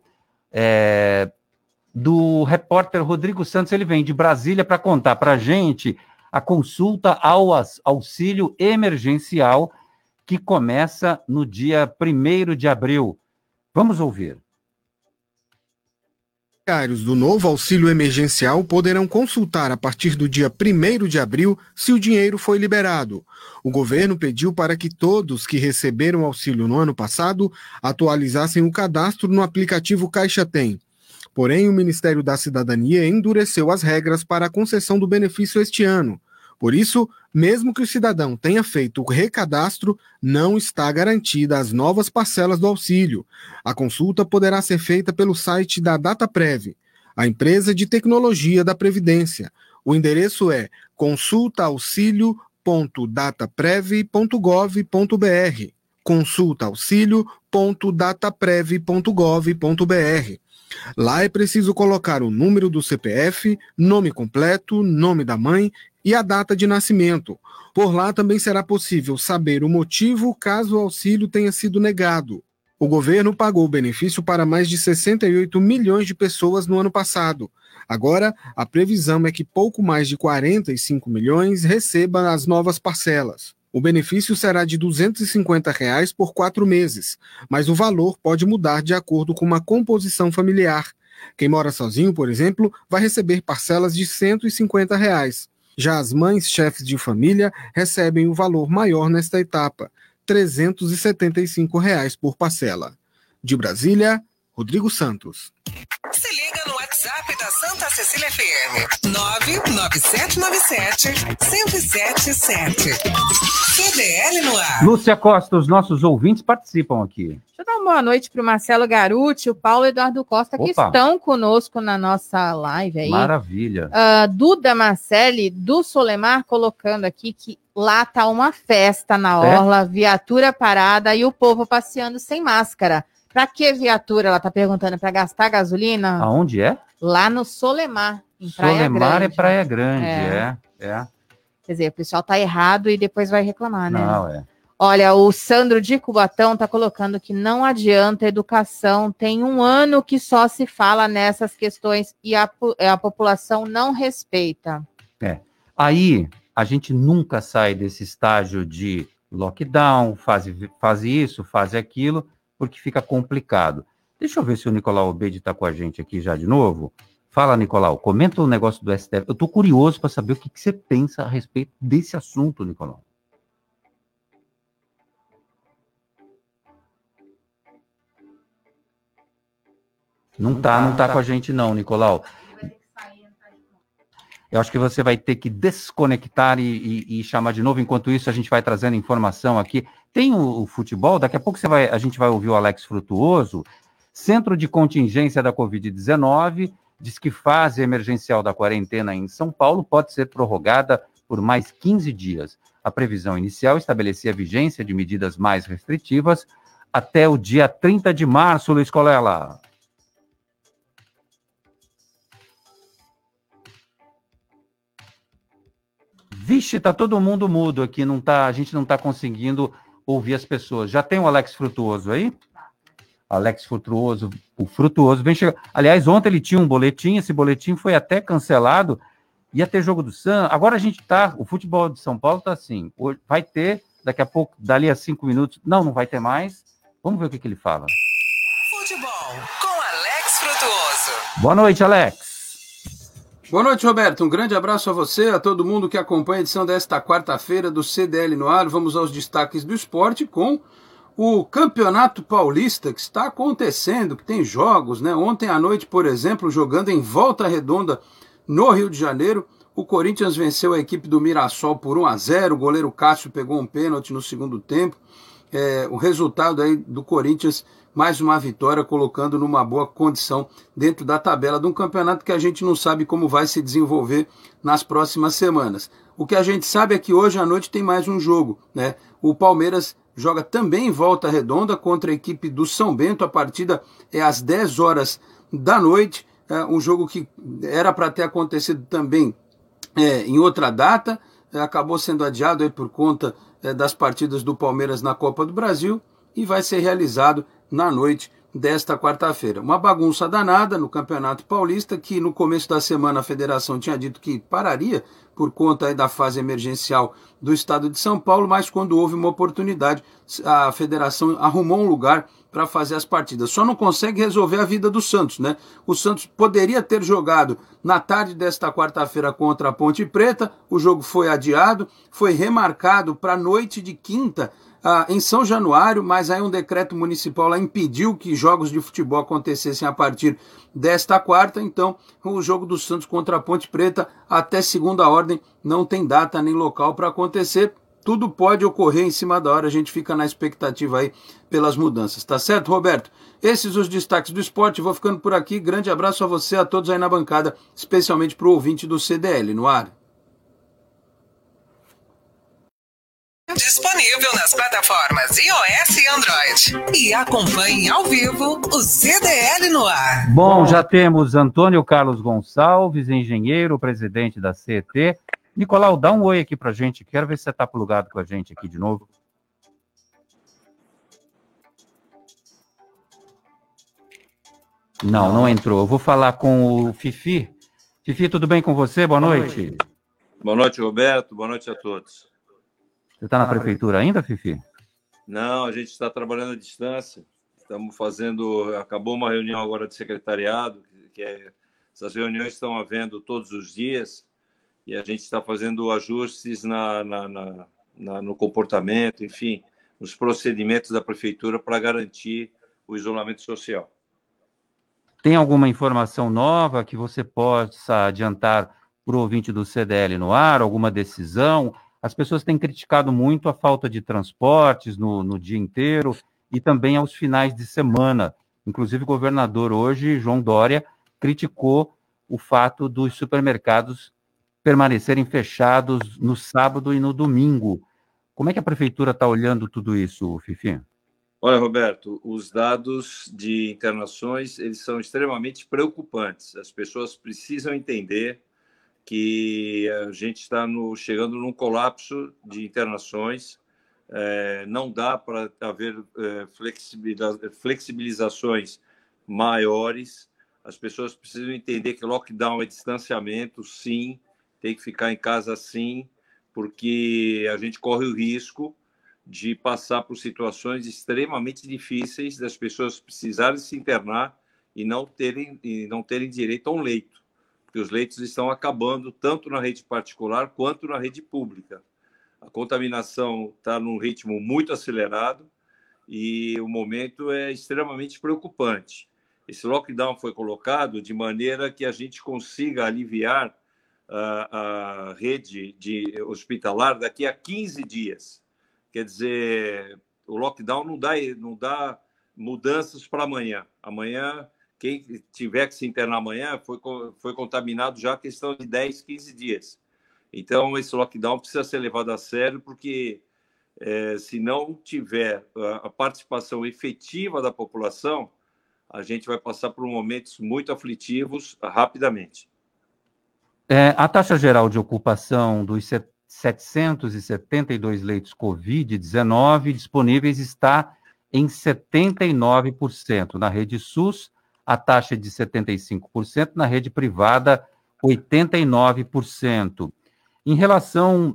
do repórter Rodrigo Santos. Ele vem de Brasília para contar para a gente a consulta ao auxílio emergencial que começa no dia 1º de abril. Vamos ouvir. Beneficiários do novo auxílio emergencial poderão consultar a partir do dia 1º de abril se o dinheiro foi liberado. O governo pediu para que todos que receberam auxílio no ano passado atualizassem o cadastro no aplicativo Caixa Tem. Porém, o Ministério da Cidadania endureceu as regras para a concessão do benefício este ano. Por isso, mesmo que o cidadão tenha feito o recadastro, não está garantida as novas parcelas do auxílio. A consulta poderá ser feita pelo site da Dataprev, a empresa de tecnologia da Previdência. O endereço é consultaauxilio.dataprev.gov.br. consultaauxilio.dataprev.gov.br. Lá é preciso colocar o número do CPF, nome completo, nome da mãe e a data de nascimento. Por lá também será possível saber o motivo caso o auxílio tenha sido negado. O governo pagou o benefício para mais de 68 milhões de pessoas no ano passado. Agora, a previsão é que pouco mais de 45 milhões recebam as novas parcelas. O benefício será de R$ 250 por 4 meses, mas o valor pode mudar de acordo com uma composição familiar. Quem mora sozinho, por exemplo, vai receber parcelas de R$ 150. Já as mães chefes de família recebem o valor maior nesta etapa, R$ 375 por parcela. De Brasília, Rodrigo Santos. Se liga no WhatsApp da Santa Cecília FM, 99797-1077. CDL no ar. Lúcia Costa, os nossos ouvintes participam aqui. Deixa eu dar uma boa noite para o Marcelo Garuti, o Paulo Eduardo Costa, que estão conosco na nossa live aí. Maravilha. Duda Marcelli, do Solemar, colocando aqui que lá tá uma festa na orla, viatura parada e o povo passeando sem máscara. Pra que viatura? Ela tá perguntando, para gastar gasolina? Aonde é? Lá no Solemar, em Praia Grande. Solemar é Praia Grande, é. Quer dizer, o pessoal tá errado e depois vai reclamar, né? Não, é. Olha, o Sandro de Cubatão tá colocando que não adianta educação, tem 1 ano que só se fala nessas questões e a população não respeita. Aí, a gente nunca sai desse estágio de lockdown, faz isso, faz aquilo, porque fica complicado. Deixa eu ver se o Nicolau Obeide está com a gente aqui já de novo. Fala, Nicolau, comenta o negócio do STF. Eu estou curioso para saber o que você pensa a respeito desse assunto, Nicolau. Não tá com a gente não, Nicolau. Eu acho que você vai ter que desconectar e chamar de novo. Enquanto isso, a gente vai trazendo informação aqui. Tem o futebol, daqui a pouco a gente vai ouvir o Alex Frutuoso. Centro de Contingência da Covid-19 diz que fase emergencial da quarentena em São Paulo pode ser prorrogada por mais 15 dias. A previsão inicial estabelecia a vigência de medidas mais restritivas até o dia 30 de março, Luiz Colela. Vixe, tá todo mundo mudo aqui, a gente não tá conseguindo ouvir as pessoas. Já tem o Alex Frutuoso aí? Alex Frutuoso, o Frutuoso vem chegar. Aliás, ontem ele tinha um boletim, esse boletim foi até cancelado, ia ter jogo do Santos. Agora o futebol de São Paulo tá assim, vai ter, daqui a pouco, dali a 5 minutos, não vai ter mais. Vamos ver o que ele fala. Futebol com Alex Frutuoso. Boa noite, Alex. Boa noite, Roberto. Um grande abraço a você, a todo mundo que acompanha a edição desta quarta-feira do CDL no ar. Vamos aos destaques do esporte com o Campeonato Paulista que está acontecendo, que tem jogos, né? Ontem à noite, por exemplo, jogando em Volta Redonda, no Rio de Janeiro, o Corinthians venceu a equipe do Mirassol por 1-0. O goleiro Cássio pegou um pênalti no segundo tempo. O resultado aí do Corinthians, mais uma vitória, colocando numa boa condição dentro da tabela de um campeonato que a gente não sabe como vai se desenvolver nas próximas semanas. O que a gente sabe é que hoje à noite tem mais um jogo, né? O Palmeiras joga também em Volta Redonda contra a equipe do São Bento. A partida é às 10 horas da noite, um jogo que era para ter acontecido também em outra data, acabou sendo adiado aí por conta das partidas do Palmeiras na Copa do Brasil e vai ser realizado na noite desta quarta-feira. Uma bagunça danada no Campeonato Paulista, que no começo da semana a federação tinha dito que pararia por conta aí da fase emergencial do estado de São Paulo, mas quando houve uma oportunidade, a federação arrumou um lugar para fazer as partidas. Só não consegue resolver a vida do Santos, né? O Santos poderia ter jogado na tarde desta quarta-feira contra a Ponte Preta, o jogo foi adiado, foi remarcado para a noite de quinta, em São Januário, mas aí um decreto municipal lá impediu que jogos de futebol acontecessem a partir desta quarta. Então o jogo do Santos contra a Ponte Preta, até segunda ordem, não tem data nem local para acontecer. Tudo pode ocorrer em cima da hora, a gente fica na expectativa aí pelas mudanças, tá certo, Roberto? Esses os destaques do esporte, vou ficando por aqui, grande abraço a você, a todos aí na bancada, especialmente para o ouvinte do CDL no ar. Disponível nas plataformas iOS e Android. E acompanhe ao vivo o CDL no ar. Bom, já temos Antônio Carlos Gonçalves, engenheiro, presidente da CET. Nicolau, dá um oi aqui pra gente. Quero ver se você está plugado com a gente aqui de novo. Não entrou. Eu vou falar com o Fifi. Fifi, tudo bem com você? Boa noite. Boa noite, Roberto. Boa noite a todos. Você está na prefeitura ainda, Fifi? Não, a gente está trabalhando à distância. Estamos fazendo... Acabou uma reunião agora de secretariado, essas reuniões estão havendo todos os dias, e a gente está fazendo ajustes no comportamento, enfim, nos procedimentos da prefeitura para garantir o isolamento social. Tem alguma informação nova que você possa adiantar para o ouvinte do CDL no ar? Alguma decisão? As pessoas têm criticado muito a falta de transportes no dia inteiro e também aos finais de semana. Inclusive, o governador hoje, João Dória, criticou o fato dos supermercados permanecerem fechados no sábado e no domingo. Como é que a prefeitura está olhando tudo isso, Fifi? Olha, Roberto, os dados de internações, eles são extremamente preocupantes. As pessoas precisam entender que a gente está chegando num colapso de internações. Não dá para haver flexibilizações maiores. As pessoas precisam entender que lockdown é distanciamento, sim, tem que ficar em casa, sim, porque a gente corre o risco de passar por situações extremamente difíceis, das pessoas precisarem se internar e não terem direito a um leito, porque os leitos estão acabando tanto na rede particular quanto na rede pública. A contaminação está num ritmo muito acelerado e o momento é extremamente preocupante. Esse lockdown foi colocado de maneira que a gente consiga aliviar a rede hospitalar daqui a 15 dias. Quer dizer, o lockdown não dá mudanças para amanhã. Amanhã, quem tiver que se internar amanhã foi contaminado já a questão de 10, 15 dias. Então, esse lockdown precisa ser levado a sério, porque se não tiver a participação efetiva da população, a gente vai passar por momentos muito aflitivos rapidamente. A taxa geral de ocupação dos 772 leitos Covid-19 disponíveis está em 79%. Na rede SUS, a taxa é de 75%, na rede privada, 89%. Em relação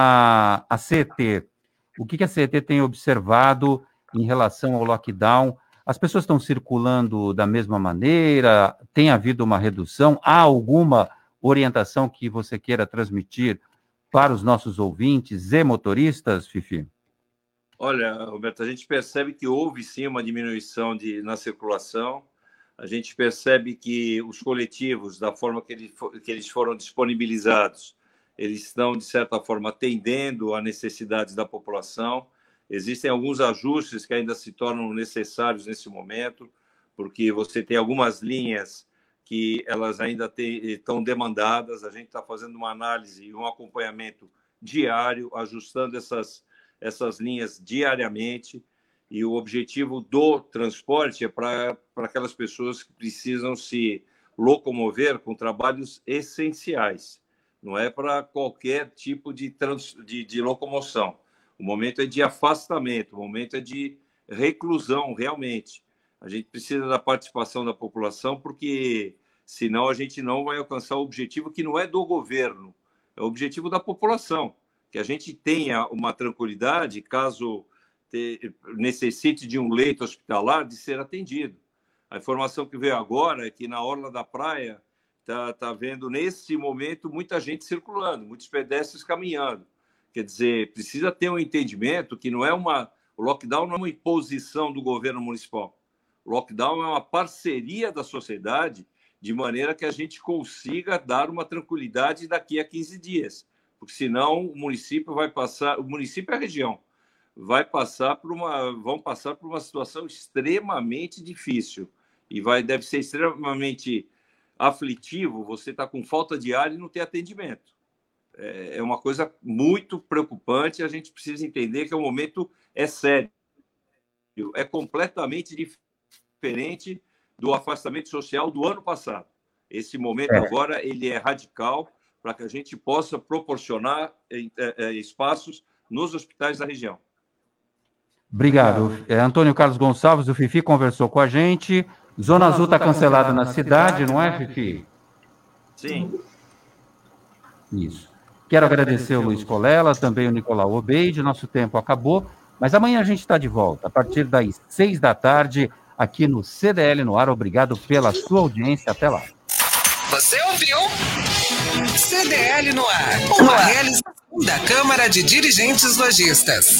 à CET, o que a CET tem observado em relação ao lockdown? As pessoas estão circulando da mesma maneira? Tem havido uma redução? Há alguma orientação que você queira transmitir para os nossos ouvintes e motoristas, Fifi? Olha, Roberto, a gente percebe que houve sim uma diminuição na circulação. A gente percebe que os coletivos, da forma que eles foram disponibilizados, eles estão, de certa forma, atendendo às necessidades da população. Existem alguns ajustes que ainda se tornam necessários nesse momento, porque você tem algumas linhas que elas ainda estão demandadas. A gente está fazendo uma análise e um acompanhamento diário, ajustando essas linhas diariamente. E o objetivo do transporte é para aquelas pessoas que precisam se locomover com trabalhos essenciais. Não é para qualquer tipo de locomoção. O momento é de afastamento, o momento é de reclusão, realmente. A gente precisa da participação da população, porque senão a gente não vai alcançar o objetivo que não é do governo, é o objetivo da população. Que a gente tenha uma tranquilidade, caso necessite de um leito hospitalar, de ser atendido. A informação que veio agora é que na orla da praia está vendo, nesse momento, muita gente circulando, muitos pedestres caminhando. Quer dizer, precisa ter um entendimento que o lockdown não é uma imposição do governo municipal. O lockdown é uma parceria da sociedade, de maneira que a gente consiga dar uma tranquilidade daqui a 15 dias. Porque senão o município e a região vão passar por uma situação extremamente difícil. E deve ser extremamente aflitivo você estar com falta de ar e não ter atendimento. É uma coisa muito preocupante. A gente precisa entender que o momento é sério. É completamente diferente do afastamento social do ano passado. Esse momento agora ele é radical para que a gente possa proporcionar espaços nos hospitais da região. Obrigado. Antônio Carlos Gonçalves, o Fifi, conversou com a gente. Zona Azul está cancelada na cidade, não é, Fifi? Sim. Isso. Quero agradecer o Luiz Colela, também o Nicolau Obeide. Nosso tempo acabou, mas amanhã a gente está de volta, a partir das 6 da tarde, aqui no CDL no Ar. Obrigado pela sua audiência. Até lá. Você ouviu? CDL no Ar, uma realização da Câmara de Dirigentes Lojistas.